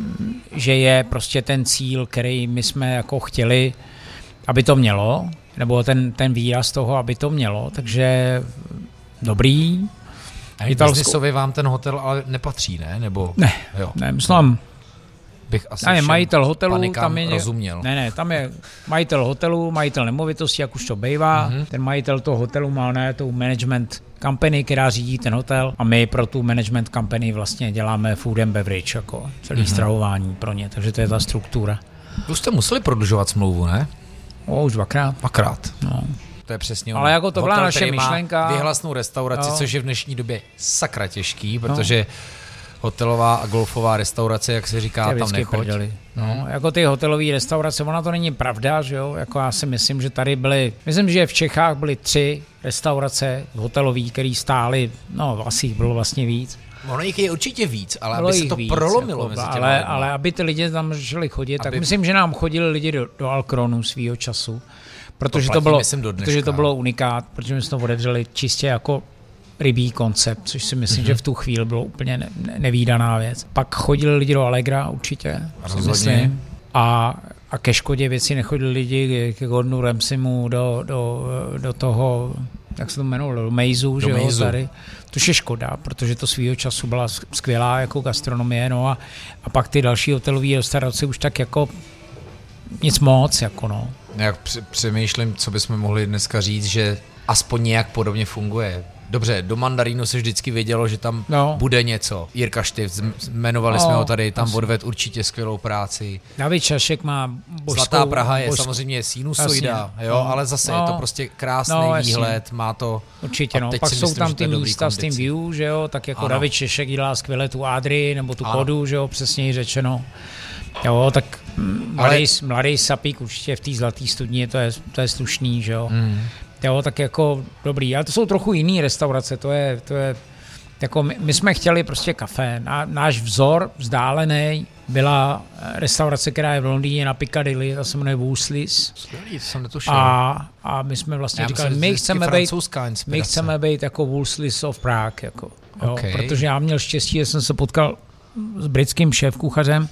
že je prostě ten cíl, který my jsme jako chtěli, aby to mělo, nebo ten, ten výraz toho, aby to mělo, takže dobrý.
A biznisově vám ten hotel ale nepatří, ne? Nebo,
ne, jo. ne, myslím,
bych asi
tam je majitel hotelu, tam je,
rozuměl.
Ne, ne, tam je majitel hotelu, majitel nemovitosti, jak už to bývá. Mm-hmm. Ten majitel toho hotelu má ne, tu management company, která řídí ten hotel a my pro tu management company vlastně děláme food and beverage, jako celý mm-hmm. stravování pro ně, takže to je ta struktura.
Už jste museli prodlužovat smlouvu, ne?
O, už dvakrát.
Dvakrát.
No.
To je přesně
ale ono. Jako to
hotel,
byla naše myšlenka.
Vyhlasnou restauraci, jo. Což je v dnešní době sakra těžký, protože no. hotelová a golfová restaurace, jak se říká, tam nechoď.
No, jako ty hotelové restaurace, ona to není pravda, že jo? Jako já si myslím, že tady byly, myslím, že v Čechách byly tři restaurace hotelové, které stály, no asi jich bylo vlastně víc.
Ono jich je určitě víc, ale bylo aby se to víc, prolomilo
jako,
mezi těma
ale, ale aby ty lidi tam začali chodit, aby... tak myslím, že nám chodili lidi do, do Alkronu svýho času, protože to, to, bylo, protože to bylo unikát, protože my jsme to otevřeli čistě jako rybí koncept, což si myslím, mm-hmm. že v tu chvíli bylo úplně ne, ne, nevídaná věc. Pak chodili lidi do Allegra určitě, myslím, a, a ke Škodě věci nechodili lidi k Gordonu Ramsaymu do, do, do toho, jak se to jmenovalo, do Mejzu, že jo, tady. Což je škoda, protože to svýho času byla skvělá jako gastronomie, no a, a pak ty další hotelové restaurace už tak jako nic moc, jako no.
Jak přemýšlím, co bychom mohli dneska říct, že aspoň nějak podobně funguje. Dobře, do Mandarínu se vždycky vědělo, že tam no. bude něco. Jirka Štyf, jmenovali no, jsme ho tady, tam odved určitě skvělou práci.
David Čašek má božskou...
Zlatá Praha je
božskou,
samozřejmě sinusoida, jo, no, ale zase no, je to prostě krásný no, výhled, má to...
Určitě, no, pak jsou myslím, tam ty místa s tím view, že jo, tak jako ano. David Čašek dělá skvěle tu Adri, nebo tu ano. Kodu, že jo, přesněji řečeno. Jo, tak mladý, ale... mladý sapík určitě v té zlaté studni, to je, to je slušný, že jo. Mm. Jo, tak jako dobrý, ale to jsou trochu jiný restaurace, to je, to je jako my, my jsme chtěli prostě kafe. Ná, náš vzor vzdálený byla restaurace, která je v Londýně na Piccadilly, ta se jmenuje Wolseley's.
Skvělý, to jsem netušil.
A, a my jsme vlastně Já říkali, myslím, my chceme, být, my chceme být jako Wolseley's of Prague, jako, jo, okay. Protože já měl štěstí, že jsem se potkal s britským šéfkuchařem,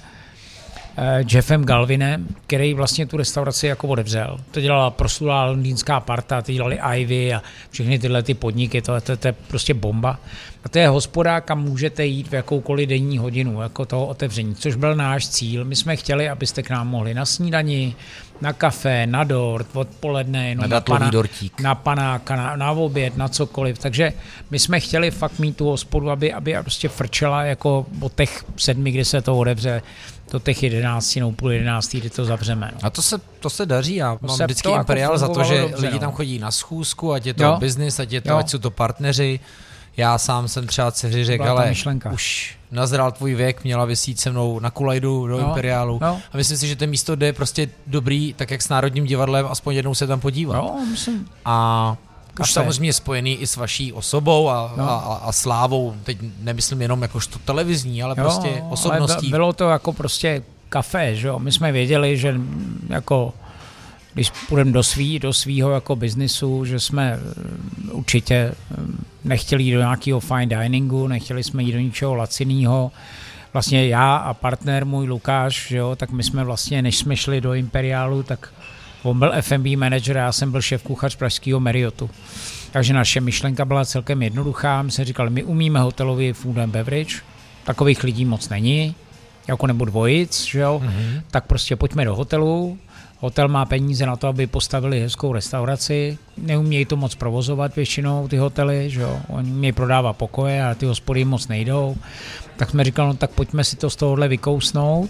Jeffem Galvinem, který vlastně tu restauraci jako odevřel. To dělala proslulá londýnská parta, ty dělali Ivy a všechny tyhle ty podniky, to, to, to je prostě bomba. A to je hospoda, kam můžete jít v jakoukoliv denní hodinu, jako toho otevření, což byl náš cíl. My jsme chtěli, abyste k nám mohli na snídani, na kafe, na dort, odpoledne, jenom na, na, pana, na panáka, na, na oběd, na cokoliv. Takže my jsme chtěli fakt mít tu hospodu, aby, aby prostě frčela jako od těch sedmi, kdy se to odevře, do těch jedenácti, no půl jedenáctý, kdy to zavřeme. No.
A to se, to se daří, já mám vždycky imperiál jako za to, že dobře, lidi no. tam chodí na schůzku, ať je to business, ať je to, jo. ať jsou to partneři. Já sám jsem třeba dceři řekl, ale už nazrál tvůj věk, měla vysít se mnou na Kulajdu do no, Imperiálu. No. A myslím si, že to místo jde prostě dobrý, tak jak s Národním divadlem, aspoň jednou se tam podívat.
No, myslím.
A kafe. Už samozřejmě spojený i s vaší osobou a, no. a, a slávou, teď nemyslím jenom jakožto televizní, ale jo, prostě osobností.
Ale bylo to jako prostě kafe, že jo? My jsme věděli, že jako když půjdeme do, svý, do svýho jako biznisu, že jsme určitě nechtěli jít do nějakého fine diningu, nechtěli jsme jít do ničeho laciného. Vlastně já a partner můj Lukáš, že jo, tak my jsme vlastně, než jsme šli do Imperiálu, tak on byl F and B manager, já jsem byl šéf kuchař pražského Marriotu. Takže naše myšlenka byla celkem jednoduchá. My jsme říkali, my umíme hotelový food and beverage, takových lidí moc není, jako nebo dvojic, že jo, mm-hmm. tak prostě pojďme do hotelu. Hotel má peníze na to, aby postavili hezkou restauraci. Neumějí to moc provozovat většinou ty hotely, že jo. Oni umějí prodávat pokoje a ty hospody moc nejdou. Tak jsme říkali, no tak pojďme si to z tohohle vykousnout.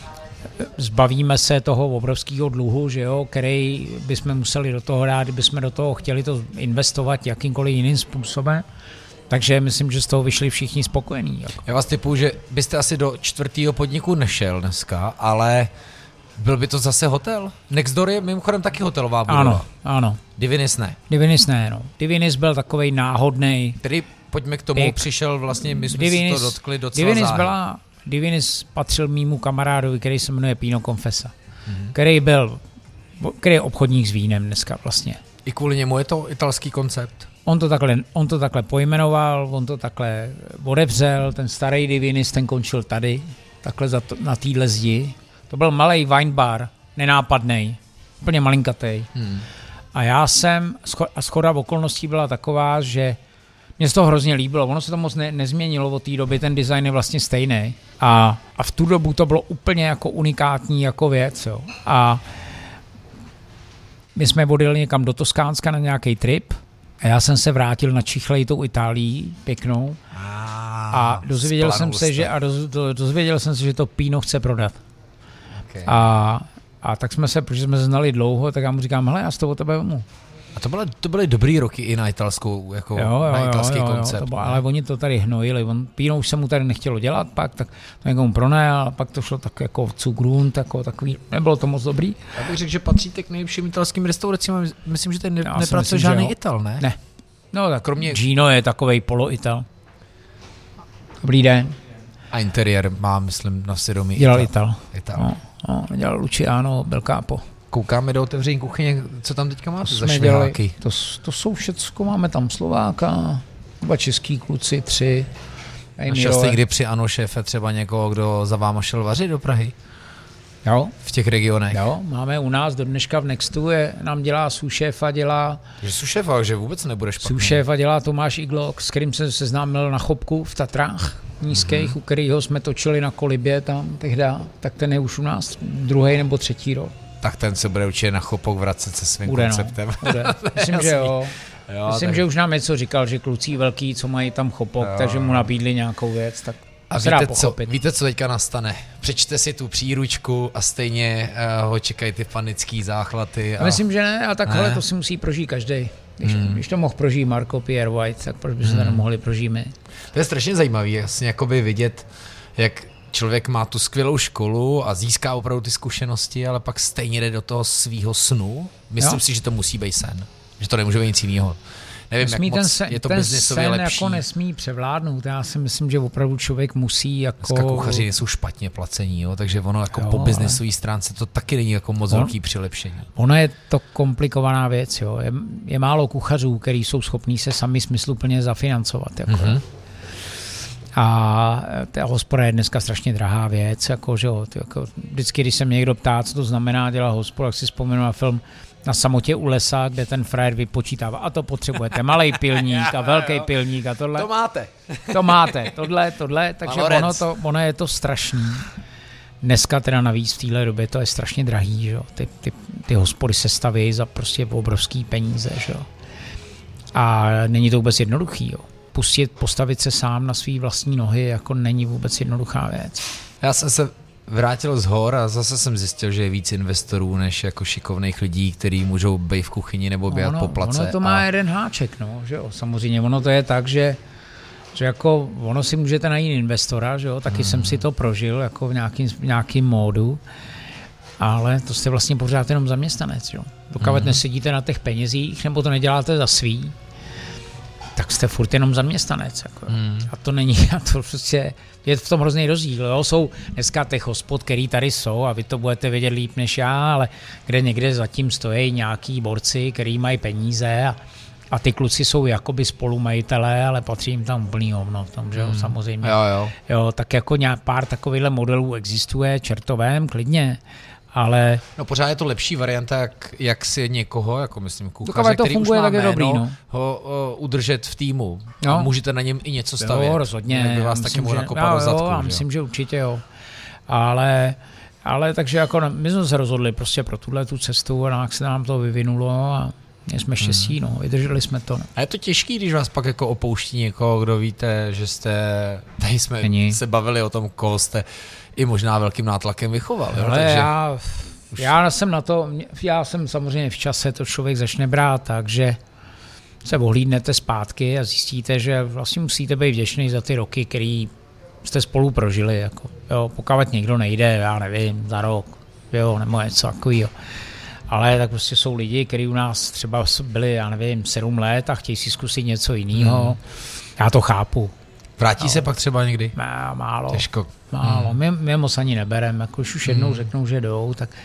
Zbavíme se toho obrovského dluhu, že jo, který bychom museli do toho dát, kdybychom do toho chtěli to investovat jakýmkoliv jiným způsobem. Takže myslím, že z toho vyšli všichni spokojení. Jako.
Já vás tipuju, že byste asi do čtvrtého podniku nešel dneska, ale byl by to zase hotel? Nextdoor je mimochodem taky hotelová budova.
Ano, ano.
Divinis ne.
Divinis ne, no. Divinis byl takovej náhodnej.
Tedy pojďme k tomu, pěk. Přišel vlastně, my jsme Divinis, si to dotkli docela
Divinis
záhy.
byla, Divinis patřil mýmu kamarádovi, který se jmenuje Pino Confessa, mm-hmm. který byl který je obchodník s vínem dneska vlastně.
I kvůli němu je to italský koncept?
On to takhle, on to takhle pojmenoval, on to takhle odevřel, ten starý Divinis, ten končil tady, takhle za to, na téhle zdi. To byl malej wine bar, nenápadnej, úplně malinkatej. Hmm. A já jsem, a shoda okolností byla taková, že mě se to hrozně líbilo, ono se to moc ne, nezměnilo od té doby, ten design je vlastně stejný. A, a v tu dobu to bylo úplně jako unikátní jako věc. Jo. A my jsme odjeli někam do Toskánska na nějaký trip a já jsem se vrátil na čichlejtou Itálii, pěknou. A dozvěděl jsem se, že, a doz, do, dozvěděl jsem se, že to Pino chce prodat. Okay. A, a tak jsme se, protože jsme se znali dlouho, tak já mu říkám, hele, já z toho od tebe vemu.
A to byly, to byly dobrý roky i na italskou, jako
jo, jo,
na italský
jo, jo,
koncept.
To bylo, ale oni to tady hnojili. On, Pino už se mu tady nechtělo dělat, pak tak to někomu pronajal, pak to šlo tak jako Zugrund, jako takový, nebylo to moc dobrý.
Já bych řekl, že patříte k nejlepším italským restauracím, myslím, že tady ne, nepracuje žádný Ital, ne?
Ne. No tak kromě Gino je takovej polo-Ital. Dobrý den.
A interiér má, myslím, na svědomí
Dělal Ital.
Ital.
No, no, dělal Luciano Bel Capo.
Koukáme do otevření kuchyně, co tam teďka máte za šviháky?
To, to jsou všecko, máme tam Slováka, dva český kluci, tři.
Našel jste někdy při Ano šéfe třeba někoho, kdo za váma šel vařit do Prahy?
Jo.
V těch regionech?
Jo, máme u nás do dneška v Nextu, je, nám dělá sous-šéfa, dělá...
Takže sous-šéfa, že vůbec nebude špatný.
Sous-šéfa dělá Tomáš Iglok, s kterým jsem se seznámil na Chopku v Tatrách nízkých, mm-hmm. u kterého jsme točili na Kolibě tam tehda, tak ten je už u nás druhý nebo třetí rok.
Tak ten se bude určitě na Chopok vracet se svým
bude,
konceptem.
No, bude. Myslím, že jo. jo Myslím, tak... že už nám něco říkal, že kluci velký, co mají tam Chopok, jo. takže mu nabídli nějakou věc, tak
a víte co, víte, co teďka nastane? Přečte si tu příručku a stejně uh, ho čekají ty panický záchvaty. A...
Myslím, že ne, a takhle to si musí prožít každý. Když, hmm. když to mohl prožít Marco Pierre White, tak proč by se hmm. to nemohli prožít my?
To je strašně zajímavé, jasně jakoby vidět, jak člověk má tu skvělou školu a získá opravdu ty zkušenosti, ale pak stejně jde do toho svýho snu. Myslím jo. si, že to musí být sen. Že to nemůže být nic jiného. Nevím, nesmí jak moc sen, je to biznisově lepší. Ten sen jako nesmí převládnout. Já si myslím, že opravdu člověk musí jako... Dneska kuchaři jsou špatně placení, jo? Takže ono jako jo, po biznisové stránce to taky není jako moc on, velký přilepšení.
Ono je to komplikovaná věc. Jo? Je, je málo kuchařů, kteří jsou schopní se sami smysluplně zafinancovat. Jako. Mm-hmm. A ta hospoda je dneska strašně drahá věc. Jako, že jo? Jako, vždycky, když se mě někdo ptá, co to znamená dělat hospodu, tak si vzpomenu na film Na samotě u lesa, kde ten frajer vypočítává. A to potřebujete malej pilník a velký pilník a tohle.
To máte.
To máte, tohle, tohle. Takže ono, to, ono je to strašný. Dneska teda navíc v téhle době to je strašně drahý. Že? Ty, ty, ty hospody se staví za prostě obrovský peníze. Že? A není to vůbec jednoduchý. Jo. Pustit, postavit se sám na svý vlastní nohy jako není vůbec jednoduchá věc.
Já jsem se vrátil z hor a zase jsem zjistil, že je víc investorů než jako šikovných lidí, kteří můžou být v kuchyni nebo běhat
ono,
po place.
Ono to má a... jeden háček, no, že jo. Samozřejmě ono to je tak, že, že jako ono si můžete najít investora, že jo, taky hmm. jsem si to prožil jako v nějakým, v nějakým módu, ale to jste vlastně pořád jenom zaměstnanec, jo. Dokud hmm. nesedíte na těch penězích, nebo to neděláte za svý, tak jste furt jenom zaměstnanec. Jako. Hmm. A to není, a to prostě je v tom hrozný rozdíl. Jo? Jsou dneska těch hospod, který tady jsou a vy to budete vědět líp než já, ale kde někde zatím stojí nějaký borci, který mají peníze a, a ty kluci jsou jakoby spolumajitelé, ale patří jim tam úplný hovno v tom, že jo, hmm. samozřejmě.
Jo, jo.
Jo, tak jako nějak pár takovýchhle modelů existuje, čertovém, klidně. Ale...
No pořád je to lepší varianta, jak, jak si někoho, jako myslím kuchaře,
to
který
funguje,
už má
tak je
jméno,
dobrý, no.
ho o, udržet v týmu.
No.
A můžete na něm i něco stavět.
Jo, rozhodně.
By vás taky mohl nakopat do zadku.
Já myslím, že určitě jo. Ale, ale takže jako my jsme se rozhodli prostě pro tuhle tu cestu a nějak se nám to vyvinulo a jsme štěstí, hmm. no, vydrželi jsme to. No.
A je to těžký, když vás pak jako opouští někoho, kdo víte, že jste, tady jsme Není. se bavili o tom, koho jste i možná velkým nátlakem vychoval. Jo?
Ale
takže...
já, já jsem na to, já jsem samozřejmě v čase, to člověk začne brát, takže se ohlídnete zpátky a zjistíte, že vlastně musíte být vděčný za ty roky, který jste spolu prožili. Jako, jo, pokud někdo nejde, já nevím, za rok, jo, nebo něco takového. Ale tak prostě jsou lidi, kteří u nás třeba byli, já nevím, sedm let a chtějí si zkusit něco jiného. Hmm. Já to chápu.
Vrátí no. se pak třeba někdy?
Má, málo.
Těžko.
Málo.
Hmm.
My, my moc ani nebereme. Jako už, už jednou hmm. řeknou, že jdou, tak,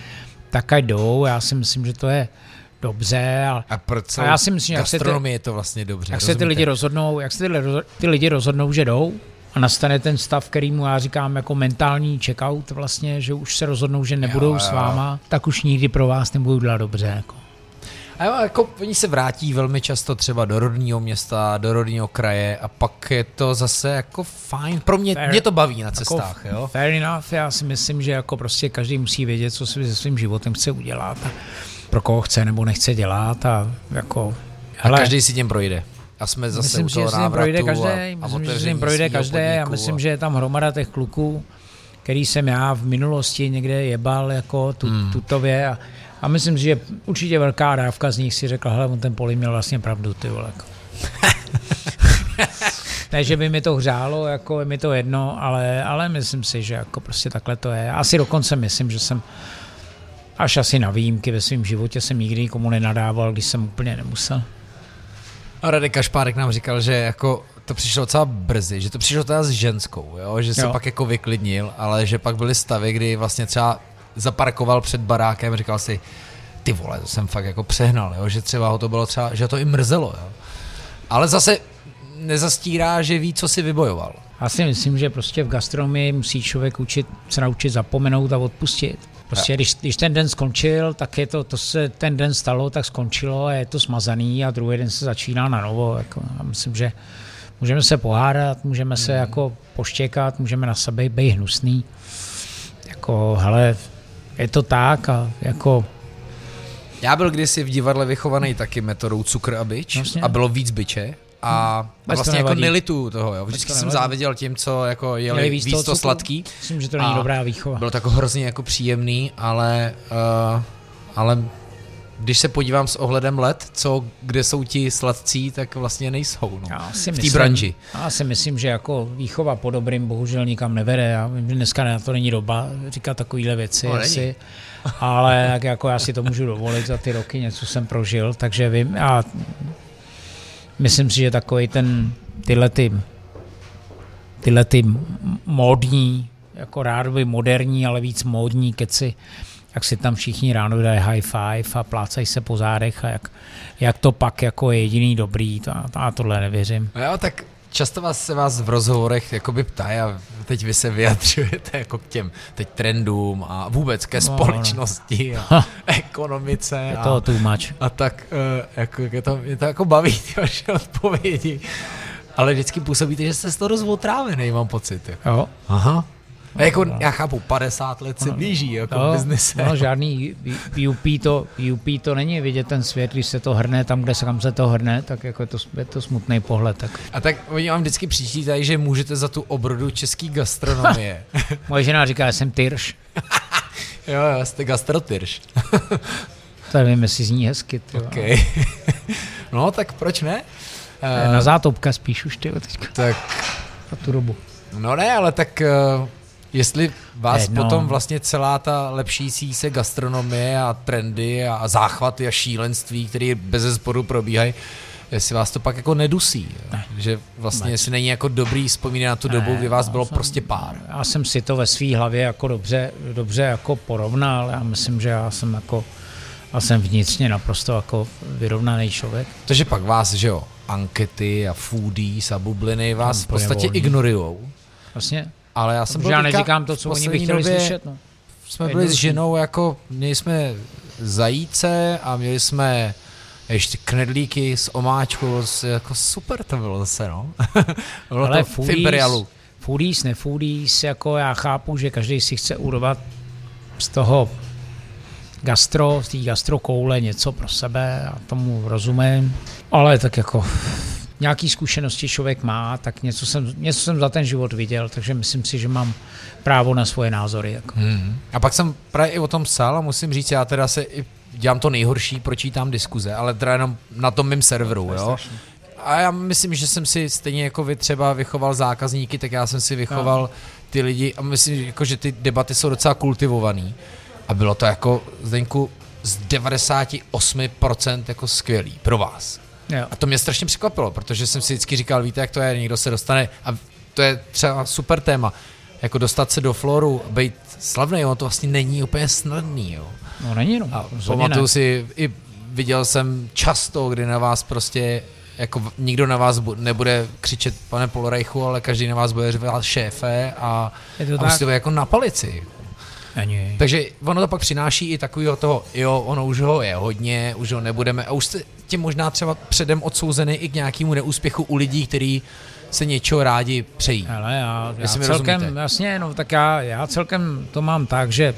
tak ať jdou, já si myslím, že to je dobře. Ale,
a proč
a já si myslím,
gastronomie je to vlastně dobře.
Jak se ty lidi rozhodnou, jak se ty, ty lidi rozhodnou, že jdou a nastane ten stav, kterýmu já říkám jako mentální checkout vlastně, že už se rozhodnou, že nebudou jo, jo. s váma, tak už nikdy pro vás nebudou dělat dobře. Jako.
A jo, jako oni se vrátí velmi často třeba do rodného města, do rodného kraje a pak je to zase jako fajn. Pro mě, fair, mě to baví na cestách. Jako, jo?
Fair enough, já si myslím, že jako prostě každý musí vědět, co si se svým životem chce udělat a pro koho chce nebo nechce dělat a jako...
Hele, a každý si tím projde. A jsme zase
myslím,
u toho
že
návratu
projde každý,
a, a
myslím, že si tím projde každý a myslím, a... že je tam hromada těch kluků, který jsem já v minulosti někde jebal jako tu, hmm. tutově a, a myslím, že určitě velká dávka z nich si řekla, hele, on ten Poli měl vlastně pravdu, ty vole. Ne, že by mi to hřálo, jako je mi to jedno, ale, ale myslím si, že jako prostě takhle to je. Asi dokonce myslím, že jsem až asi na výjimky ve svém životě jsem nikdy nikomu nenadával, když jsem úplně nemusel.
A Radek Kašpárek nám říkal, že jako to přišlo docela brzy, že to přišlo teda s ženskou, jo? Že se jo. pak jako vyklidnil, ale že pak byly stavy, kdy vlastně třeba zaparkoval před barákem a říkal si, ty vole, to jsem fakt jako přehnal, jo? Že třeba ho to bylo třeba, že to i mrzelo, jo? Ale zase nezastírá, že ví, co si vybojoval. Já
si myslím, že prostě v gastronomii musí člověk učit, se naučit zapomenout a odpustit. Prostě když, když ten den skončil, tak je to, to se ten den stalo, tak skončilo a je to smazaný a druhý den se začíná na novo. Jako, a myslím, že můžeme se pohádat, můžeme se mm. jako poštěkat, můžeme na sebe být hnusný. Jako, hele, je to tak a jako...
Já byl kdysi v divadle vychovaný taky metodou cukr a bič vlastně. A bylo víc biče. A, hmm. a vlastně jako nelituju toho, jo. Vždycky jsem záviděl tím, co jako jeli víc, víc to sladký.
Myslím, že to není dobrá výchova.
Bylo to jako hrozně jako příjemný, ale, uh, ale když se podívám s ohledem let, co, kde jsou ti sladcí, tak vlastně nejsou, no. V té branži.
Já si myslím, že jako výchova po dobrým bohužel nikam nevede. Já vím, že dneska na to není doba říkat takovýhle věci, no, asi, ale jak, jako já si to můžu dovolit za ty roky, něco jsem prožil, takže vím, já myslím si, že takový ten, tyhle ty, tyhle ty módní, jako rádoby moderní, ale víc módní keci, jak si tam všichni ráno dají high five a plácají se po zádech a jak, jak to pak jako je jediný dobrý, to, to, já tohle nevěřím.
Jo, tak často vás se vás v rozhovorech jakoby ptají a teď vy se vyjadřujete jako k těm teď trendům a vůbec ke společnosti no, no. a ekonomice.
Je to too much.
A tak jako, je to, je to jako baví ty vaše odpovědi. Ale vždycky působíte, že jste z toho dost otrávený, mám pocit. Jako.
Jo.
Aha. A jako, já chápu, padesát let se blíží jako no, v biznise.
No, žádný U P to, U P to není vidět ten svět, když se to hrne tam, kde se kam se to hrne, tak jako je to, je to smutný pohled. Tak.
A tak oni vám vždycky přičítají, že můžete za tu obrodu český gastronomie.
Moje žena říká, že jsem tyrš.
Jo, jo, jste gastrotyrš.
To nevím, jestli zní hezky.
Okay. No, tak proč ne?
Na zátopka spíš už ty teďka.
Tak.
Na tu dobu.
No ne, ale tak... Uh... Jestli vás no. potom vlastně celá ta lepšící se gastronomie a trendy a záchvaty a šílenství, které bezesporu probíhají, jestli vás to pak jako nedusí, ne. Že vlastně ne. Jestli není jako dobrý vzpomínat na tu dobu, ne, kdy vás bylo jsem, prostě pár.
Já jsem si to ve své hlavě jako dobře, dobře jako porovnal, já myslím, že já jsem jako já jsem vnitřně naprosto jako vyrovnaný člověk.
Takže pak vás, že jo, ankety a foodies a bubliny vás v podstatě volný. Ignorujou.
Vlastně.
Ale já jsem byl
já neříkám to, co oni by chtěli době, slyšet. No.
Jsme byli s ženou, jako měli jsme zajíce a měli jsme ještě knedlíky s omáčkou, jako super to bylo zase, no. Bylo ale to foodies, v Imperialu.
Foodies, ne foodies, jako já chápu, že každý si chce urvat z toho gastro, z té gastrokoule něco pro sebe a tomu rozumím, ale tak jako... nějaký zkušenosti člověk má, tak něco jsem, něco jsem za ten život viděl, takže myslím si, že mám právo na svoje názory. Jako.
Hmm. A pak jsem právě i o tom psal a musím říct, já teda se i dělám to nejhorší, pročítám diskuze, ale teda jenom na tom mým serveru, jo. A já myslím, že jsem si stejně jako vy třeba vychoval zákazníky, tak já jsem si vychoval no. ty lidi a myslím, jako, že ty debaty jsou docela kultivovaný. A bylo to jako, Zdeňku, z devadesát osm procent jako skvělý pro vás.
Jo.
A to mě strašně překvapilo, protože jsem si vždycky říkal, víte, jak to je, někdo se dostane, a to je třeba super téma, jako dostat se do floru, být slavný, on to vlastně není úplně snadný, jo.
No není, no.
A pamatuju si, i viděl jsem často, kdy na vás prostě, jako nikdo na vás nebude křičet pane Polreichu, ale každý na vás bude řvát šéfe a, a musíte být jako na palici.
Ani.
Takže ono to pak přináší i takového toho, jo, ono už ho je hodně, už ho nebudeme a už jste tím možná třeba předem odsouzený i k nějakému neúspěchu u lidí, kteří se něčeho rádi přejí.
Ale já, já celkem, rozumíte. Jasně, no tak já, já celkem to mám tak, že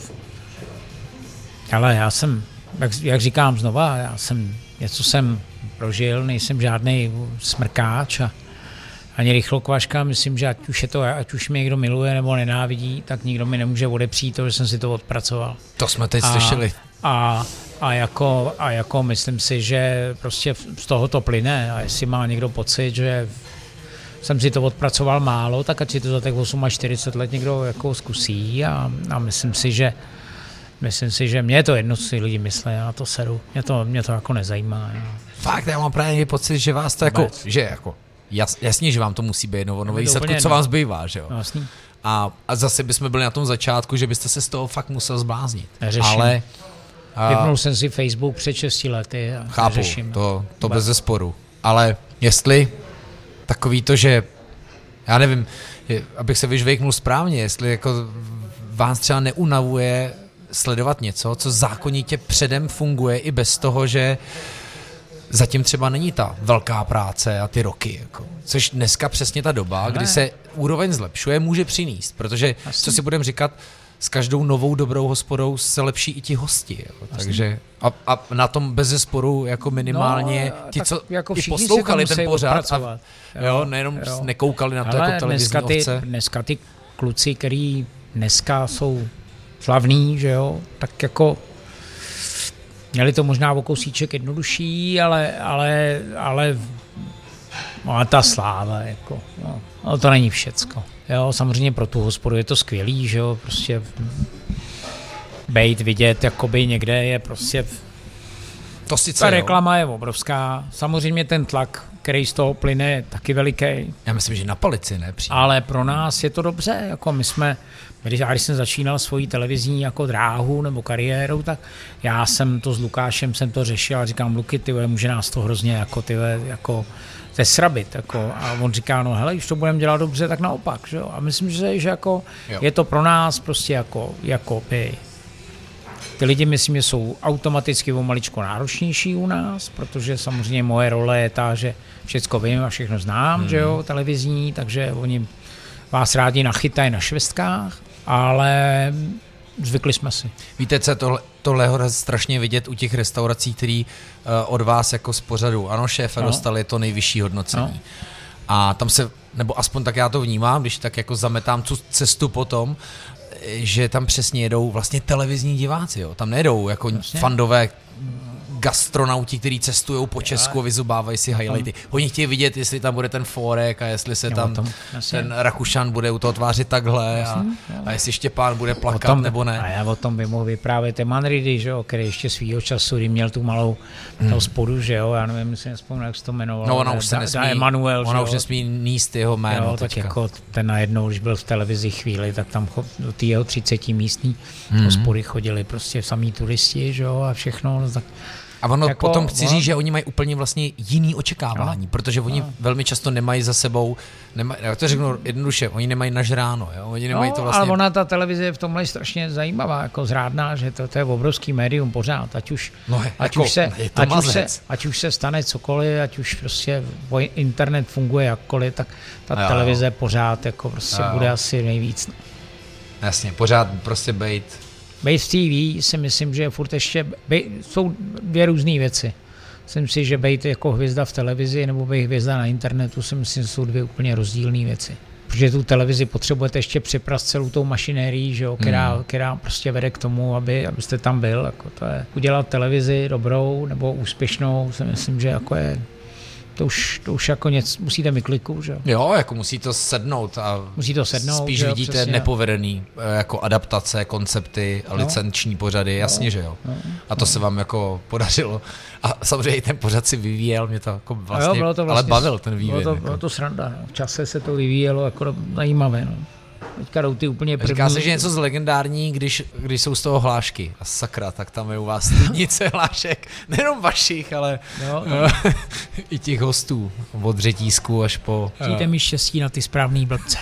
ale já jsem, jak, jak říkám znova, já jsem, něco jsem prožil, nejsem žádnej smrkáč a ani rychlokvaška, myslím, že ať už je to, ať už mě někdo miluje nebo nenávidí, tak nikdo mi nemůže odepřít to, že jsem si to odpracoval.
To jsme teď a, slyšeli.
A, a, jako, a jako myslím si, že prostě z toho to plyne a jestli má někdo pocit, že jsem si to odpracoval málo, tak ať si to za těch čtyřicet osm let někdo jako zkusí a, a myslím si, že myslím si, že mě je to jedno, co si lidi myslí, já to seru, mě to, mě to jako nezajímá. Jo.
Fakt, já mám právě pocit, že vás to jako, že jako Jas, jasně, že vám to musí být jedno nový výsledku, co vám zbývá, že jo?
Vlastně.
A, a zase bychom byli na tom začátku, že byste se z toho fakt musel zbláznit.
Neřeším.
Ale
vypnul jsem si Facebook před šesti lety a
chápu,
neřeším.
to, to bez zesporu. Ale jestli takový to, že já nevím, abych se vyžvejknul správně, jestli jako vás třeba neunavuje sledovat něco, co zákonitě předem funguje i bez toho, že zatím třeba není ta velká práce a ty roky. Jako. Což dneska přesně ta doba, ne. kdy se úroveň zlepšuje, může přinést. Protože, Asi. co si budeme říkat, s každou novou dobrou hospodou se lepší i ti hosti. Jako. Takže a, a na tom bezesporu jako minimálně no, ti, co
jako
i poslouchali ten pořád a
jo,
jo, nejenom
jo.
nekoukali na to
ale
jako televizní
dneska ty,
ovce.
Dneska ty kluci, který dneska jsou slavný, že jo, tak jako měli to možná o kousíček jednodušší, ale, ale, ale no, ta sláva, jako, no, no, to není všecko. Jo, samozřejmě pro tu hospodu je to skvělý, že jo, prostě bejt, vidět, jakoby někde je prostě
to sice,
ta reklama jo. je obrovská. Samozřejmě ten tlak, který z toho plyne, je taky veliký.
Já myslím, že na palici, ne? Přímo.
Ale pro nás je to dobře, jako my jsme, když, já když jsem začínal svoji televizní jako dráhu nebo kariéru, tak já jsem to s Lukášem jsem to řešil a říkám, Luky, ty může nás to hrozně jako ty jako zesrabit, jako, a on říká, no hele, když to budeme dělat dobře, tak naopak, že jo? A myslím, že, že jako je to pro nás prostě jako, jako by, ty lidi myslím, že jsou automaticky o maličko náročnější u nás, protože samozřejmě moje role je ta, že všecko vím a všechno znám, mm. že jo, televizní, takže oni vás rádi nachytají na švestkách, ale zvykli jsme si.
Víte, co tohle, tohle je strašně vidět u těch restaurací, který uh, od vás jako z pořadu, ano, šéfe, no. dostali to nejvyšší hodnocení. No. A tam se, nebo aspoň tak já to vnímám, když tak jako zametám tu cestu potom, že tam přesně jedou vlastně televizní diváci, jo. Tam nejedou jako vlastně fandové gastronauti, kteří cestují po Česku a vyzobávají si highlighty. Oni chtějí vidět, jestli tam bude ten Fórek a jestli se tam tom, ten Rakušan bude u toho tvářit takhle a, a jestli Štěpán bude plakat tom, nebo ne.
A já o tom by mohl vyprávět Manridy, že jo, který ještě svýho času, kdy měl tu malou hmm. spodu, že jo, já nevím, jestli nespomínám, jak se to jmenovalo.
No ona už se nesmí,
Emanuel,
ona už nesmí níst jeho jméno.
Jo, tak jako ten najednou, když byl v televizi chvíli, tak tam do té jeho třicetitístní hmm. hospody chodili prostě samý turisti, že jo, a všechno, tak
a ono jako, potom chci říct, že oni mají úplně vlastně jiný očekávání, no, protože oni no. velmi často nemají za sebou, nemaj, já to řeknu jednoduše, oni nemají nažráno, jo? Oni nemají
no,
to vlastně.
Ale ona, ta televize je v tomhle strašně zajímavá, jako zrádná, že to, to je obrovský médium pořád, ať už,
no,
ať,
jako,
už se, ať, už se, ať už se stane cokoliv, ať už prostě internet funguje jakkoliv, tak ta jo, televize jo. pořád jako prostě jo. bude asi nejvíc.
Jasně, pořád prostě bejt.
Bejt v T V si myslím, že furt ještě bejt, jsou dvě různé věci. Myslím si, že bejt jako hvězda v televizi nebo bejt hvězda na internetu si myslím, že jsou dvě úplně rozdílné věci. Protože tu televizi potřebujete ještě připrast celou tou mašinérií, že jo, která, hmm. která prostě vede k tomu, aby, abyste tam byl. Jako to je, udělat televizi dobrou nebo úspěšnou si myslím, že jako je To už, to už jako něco, musíte mi kliku, že
jo? jako musí to sednout a
musí to sednout,
spíš
že jo,
vidíte
přesně.
nepovedený jako adaptace, koncepty a no. licenční pořady, jasně, no. že jo. No. A to no. se vám jako podařilo. A samozřejmě i ten pořad si vyvíjel, mě to jako vlastně, jo, to vlastně ale bavil ten vývoj.
Bylo to,
jako.
bylo to sranda, no. V čase se to vyvíjelo jako zajímavé, no. Teďka jdou ty úplně první.
Říká se, že něco z legendární, když, když jsou z toho hlášky. A sakra, tak tam je u vás studnice hlášek. Nejenom vašich, ale
jo,
uh, i těch hostů. Od Řetízku až po...
Přijďte mi štěstí na ty správný blbce.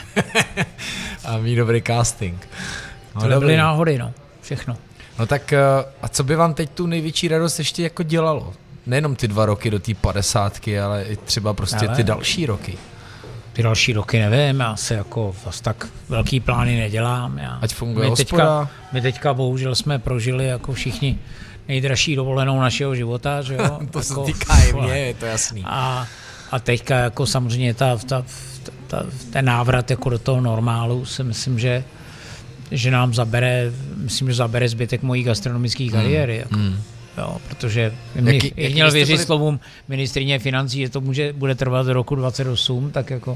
A mít dobrý casting.
No, to byly náhody, no. Všechno.
No tak a co by vám teď tu největší radost ještě jako dělalo? Nejenom ty dva roky do té padesátky, ale i třeba prostě ale... ty další roky.
Ty další roky nevím, já se jako vlastně tak velký plány nedělám. Já.
Ať funguje
my teďka,
hospoda.
my teďka bohužel jsme prožili jako všichni nejdražší dovolenou našeho života, že jo?
To
jako,
se týká i mě, je to jasný.
A, a teďka jako samozřejmě ta, ta, ta, ten návrat jako do toho normálu si myslím, že že nám zabere, myslím, že zabere zbytek mojí gastronomické kariéry. Hmm. Jako. Hmm. Jo, protože mě, jak měl věřit byli... slovům ministryně financí, že to může, bude trvat do roku dvacet osm, tak jako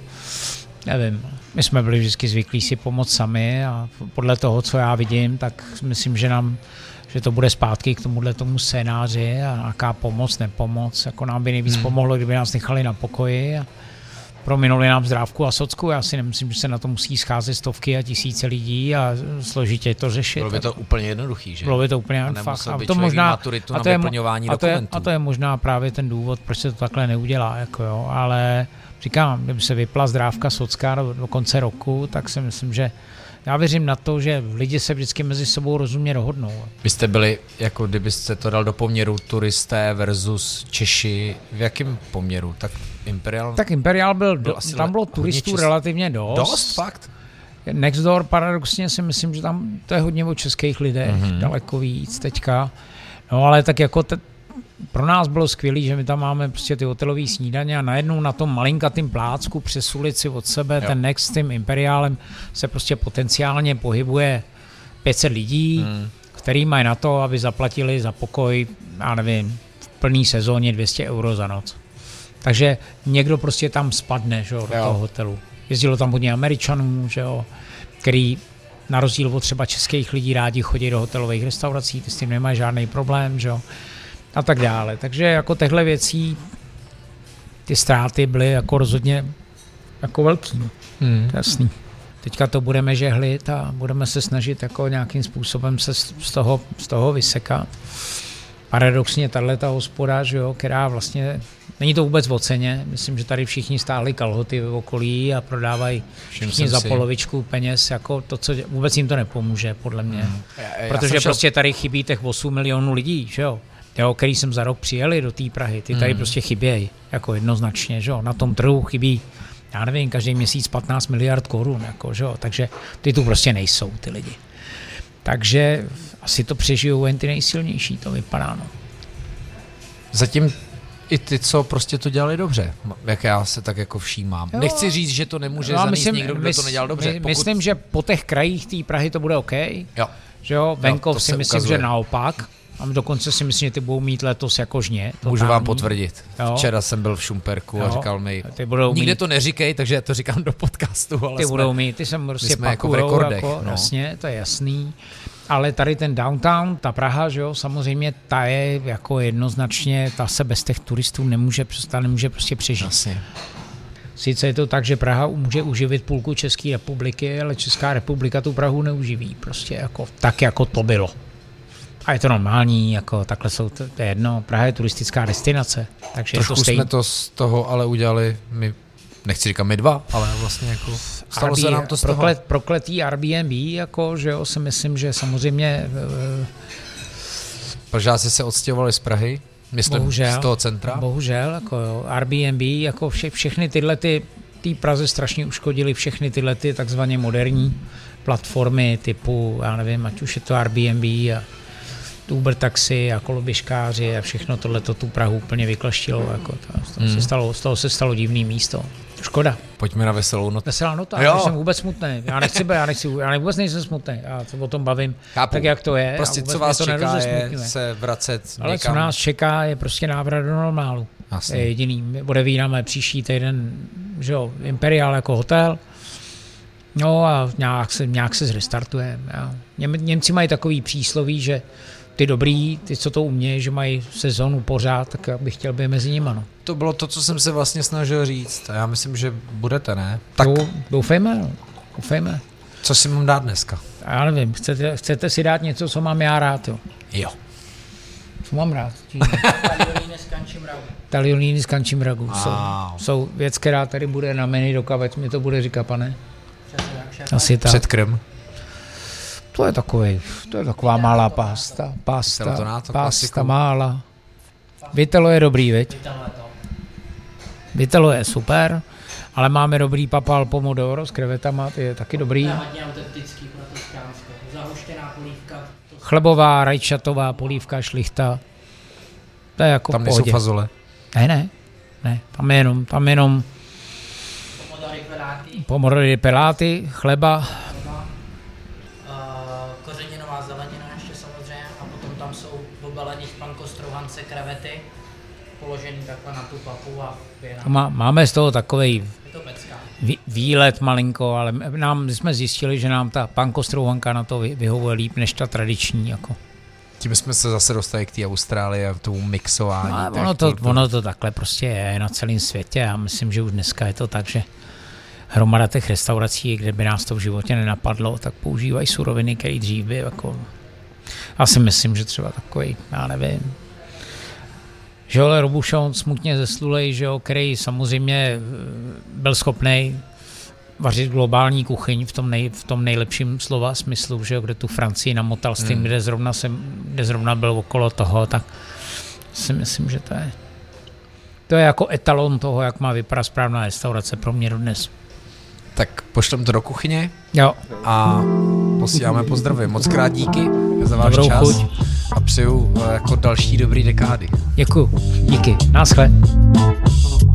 nevím. My jsme byli vždycky zvyklí si pomoct sami a podle toho, co já vidím, tak myslím, že nám že to bude zpátky k tomuhle tomu scénáři a nějaká pomoc, nepomoc. Jako nám by nejvíc hmm. pomohlo, kdyby nás nechali na pokoji a prominuli nám Zdrávku a Socku. Já si nemyslím, že se na to musí scházet stovky a tisíce lidí a složitě to řešit.
Bylo by to úplně jednoduchý, že?
Bylo by to úplně fakt. A to možná maturitu na vyplňování
a to, je,
a to je možná právě ten důvod, proč se to takhle neudělá. Jako jo. Ale říkám, kdyby se vypla Zdrávka Socka do, do konce roku, tak si myslím, že já věřím na to, že lidi se vždycky mezi sebou rozumně dohodnou.
Vy jste byli, jako kdybyste to dal do poměru turisté versus Češi, v jakém poměru? Tak Imperial?
Tak Imperial byl, byl do, tam bylo turistů čes... relativně dost.
Dost, fakt?
Nextdoor paradoxně si myslím, že tam to je hodně o českých lidech, mm-hmm. daleko víc teďka. No ale tak jako te, pro nás bylo skvělé, že my tam máme prostě ty hotelové snídaně a najednou na tom malinkatým plácku přes ulici od sebe, jo. ten Next s tím Imperiálem se prostě potenciálně pohybuje pět set lidí, mm. který mají na to, aby zaplatili za pokoj, já nevím, v plný sezóně dvě stě euro za noc. Takže někdo prostě tam spadne, že jo, do jo. toho hotelu. Jezdilo tam hodně Američanů, že jo, který na rozdíl od třeba českých lidí rádi chodí do hotelových restaurací, ty s tím nemají žádný problém, že jo. A tak dále. Takže jako těchto věcí ty ztráty byly jako rozhodně jako velký. Hmm. Jasný. Teďka to budeme žehlit a budeme se snažit jako nějakým způsobem se z toho, z toho vysekat. Paradoxně tato hospoda, že jo, která vlastně, není to vůbec o ceně, myslím, že tady všichni stáhli kalhoty v okolí a prodávají všichni za si. polovičku peněz, jako to, co vůbec jim to nepomůže, podle mě. Hmm. Já, já Protože prostě šel... tady chybí těch osm milionů lidí, že jo. Jo, který jsem za rok přijeli do té Prahy, ty tady mm. prostě chybějí, jako jednoznačně, že jo, na tom trhu chybí, já nevím, každý měsíc patnáct miliard korun, jako, že jo, takže ty tu prostě nejsou, ty lidi. Takže asi to přežijou jen ty nejsilnější, to vypadá, no.
Zatím i ty, co prostě to dělali dobře, jak já se tak jako všímám. Jo. Nechci říct, že to nemůže no, zanést myslím, někdo, kdo mys, to nedělal dobře. My,
pokud... Myslím, že po těch krajích té Prahy to bude OK,
jo.
že jo, venkov jo, si myslím, ukazuje. Že naopak. A dokonce si myslím, že ty budou mít letos jako žně.
Můžu vám potvrdit. Jo. Včera jsem byl v Šumperku jo. a říkal mi, nikde mít... to neříkej, takže já to říkám do podcastu. Ale
ty
jsme,
budou mít, ty jsem prostě
pakujou, jako v rekordech.
Jako,
no.
Jasně, to je jasný. Ale tady ten downtown, ta Praha, že jo, samozřejmě ta je jako jednoznačně, ta se bez těch turistů nemůže, ta nemůže prostě přežít.
Jasně.
Sice je to tak, že Praha může uživit půlku České republiky, ale Česká republika tu Prahu neuživí. Prostě jako tak, jako to bylo. A je to normální, jako takhle jsou, to, to je jedno, Praha je turistická destinace, takže
trošku
je to stejný.
jsme to z toho ale udělali, my, nechci říkat my dva, ale vlastně jako stalo se nám to z
proklet,
toho.
Prokletý Airbnb, jako, že jo, si myslím, že samozřejmě...
Pražáci se odstěhovali z Prahy, myslím bohužel, z toho centra.
Bohužel, jako jo, Airbnb, jako vše, všechny tyhle ty, tý Praze strašně uškodili všechny tyhle ty takzvaně moderní platformy typu, já nevím, ať už je to Airbnb a Uber taxi a koloběžkáři a všechno tohleto tu Prahu úplně vyklaštilo. Jako to, z, toho hmm. se stalo, z toho se stalo divný místo. Škoda.
Pojďme na veselou notu.
Veselá nota, já jsem vůbec smutný. Já nechci, já nechci, já vůbec nejsem smutný. Já se o tom bavím.
Chápu.
Tak, jak to je.
Prostě co vás to čeká je se vracet
Ale někam. Co nás čeká je prostě návrat do normálu.
Jasně.
Je jediný. My odevíráme příští týden, že jo, Imperial jako hotel. No a nějak se, nějak se zrestartujeme. Něm, Němci mají takový přísloví, že ty dobrý, ty, co to umějí, že mají sezonu pořád, tak já bych chtěl být mezi nimi. No.
To bylo to, co jsem se vlastně snažil říct. A já myslím, že budete, ne? Tak
doufejme, no. Doufejme.
Co si mám dát dneska?
Já nevím, chcete, chcete si dát něco, co mám já rád, jo?
Jo.
Co mám rád? Tagliolini s kančím ragu. Tagliolini s kančím ragu. Wow. Jsou, jsou věc, která tady bude na menu do kavet, mi to bude říkat, pane. Asi tak.
Předkrm.
To je takový, to je taková malá pasta. Pasta, pasta mála. Vitello je dobrý, veď? Vitello je super, ale máme dobrý papal pomodoro s krevetama, ty je taky dobrý. Chlebová, rajčatová polívka, šlichta. To je jako
tam
v pohodě.
Nejsou fazole?
Ne, ne, ne, tam je jenom, tam jenom pomodory peláty, chleba.
Kořeninová zelenina ještě samozřejmě a potom tam jsou obalený pankostrouhance, krevety, položený takhle na tu papu a pěna.
Má, máme z toho takovej vý, výlet malinko, ale nám jsme zjistili, že nám ta pankostrouhanka na to vy, vyhovuje líp než ta tradiční. Jako.
Tím jsme se zase dostali k té Austrálii a k tomu mixování.
No, ono, to, to, ono to takhle prostě je na celém světě a myslím, že už dneska je to tak, že hromada těch restaurací, kde by nás to v životě nenapadlo, tak používají suroviny, které dřív by jako... Já si myslím, že třeba takový, já nevím, Joel Robuchon smutně zeslulej, že jo, který samozřejmě byl schopný vařit globální kuchyň v tom, nej, v tom nejlepším slova smyslu, že jo, kde tu Francii namotal s tím, hmm. kde, zrovna jsem, kde zrovna byl okolo toho, tak si myslím, že to je to je jako etalon toho, jak má vypadat správná restaurace pro mě dodnes.
Tak pošlem to do kuchyně
jo.
A posíláme pozdravy. Moc krát díky za váš
Dobrou
čas
chuť.
A přeju jako další dobrý dekády.
Děkuju, díky, náshle.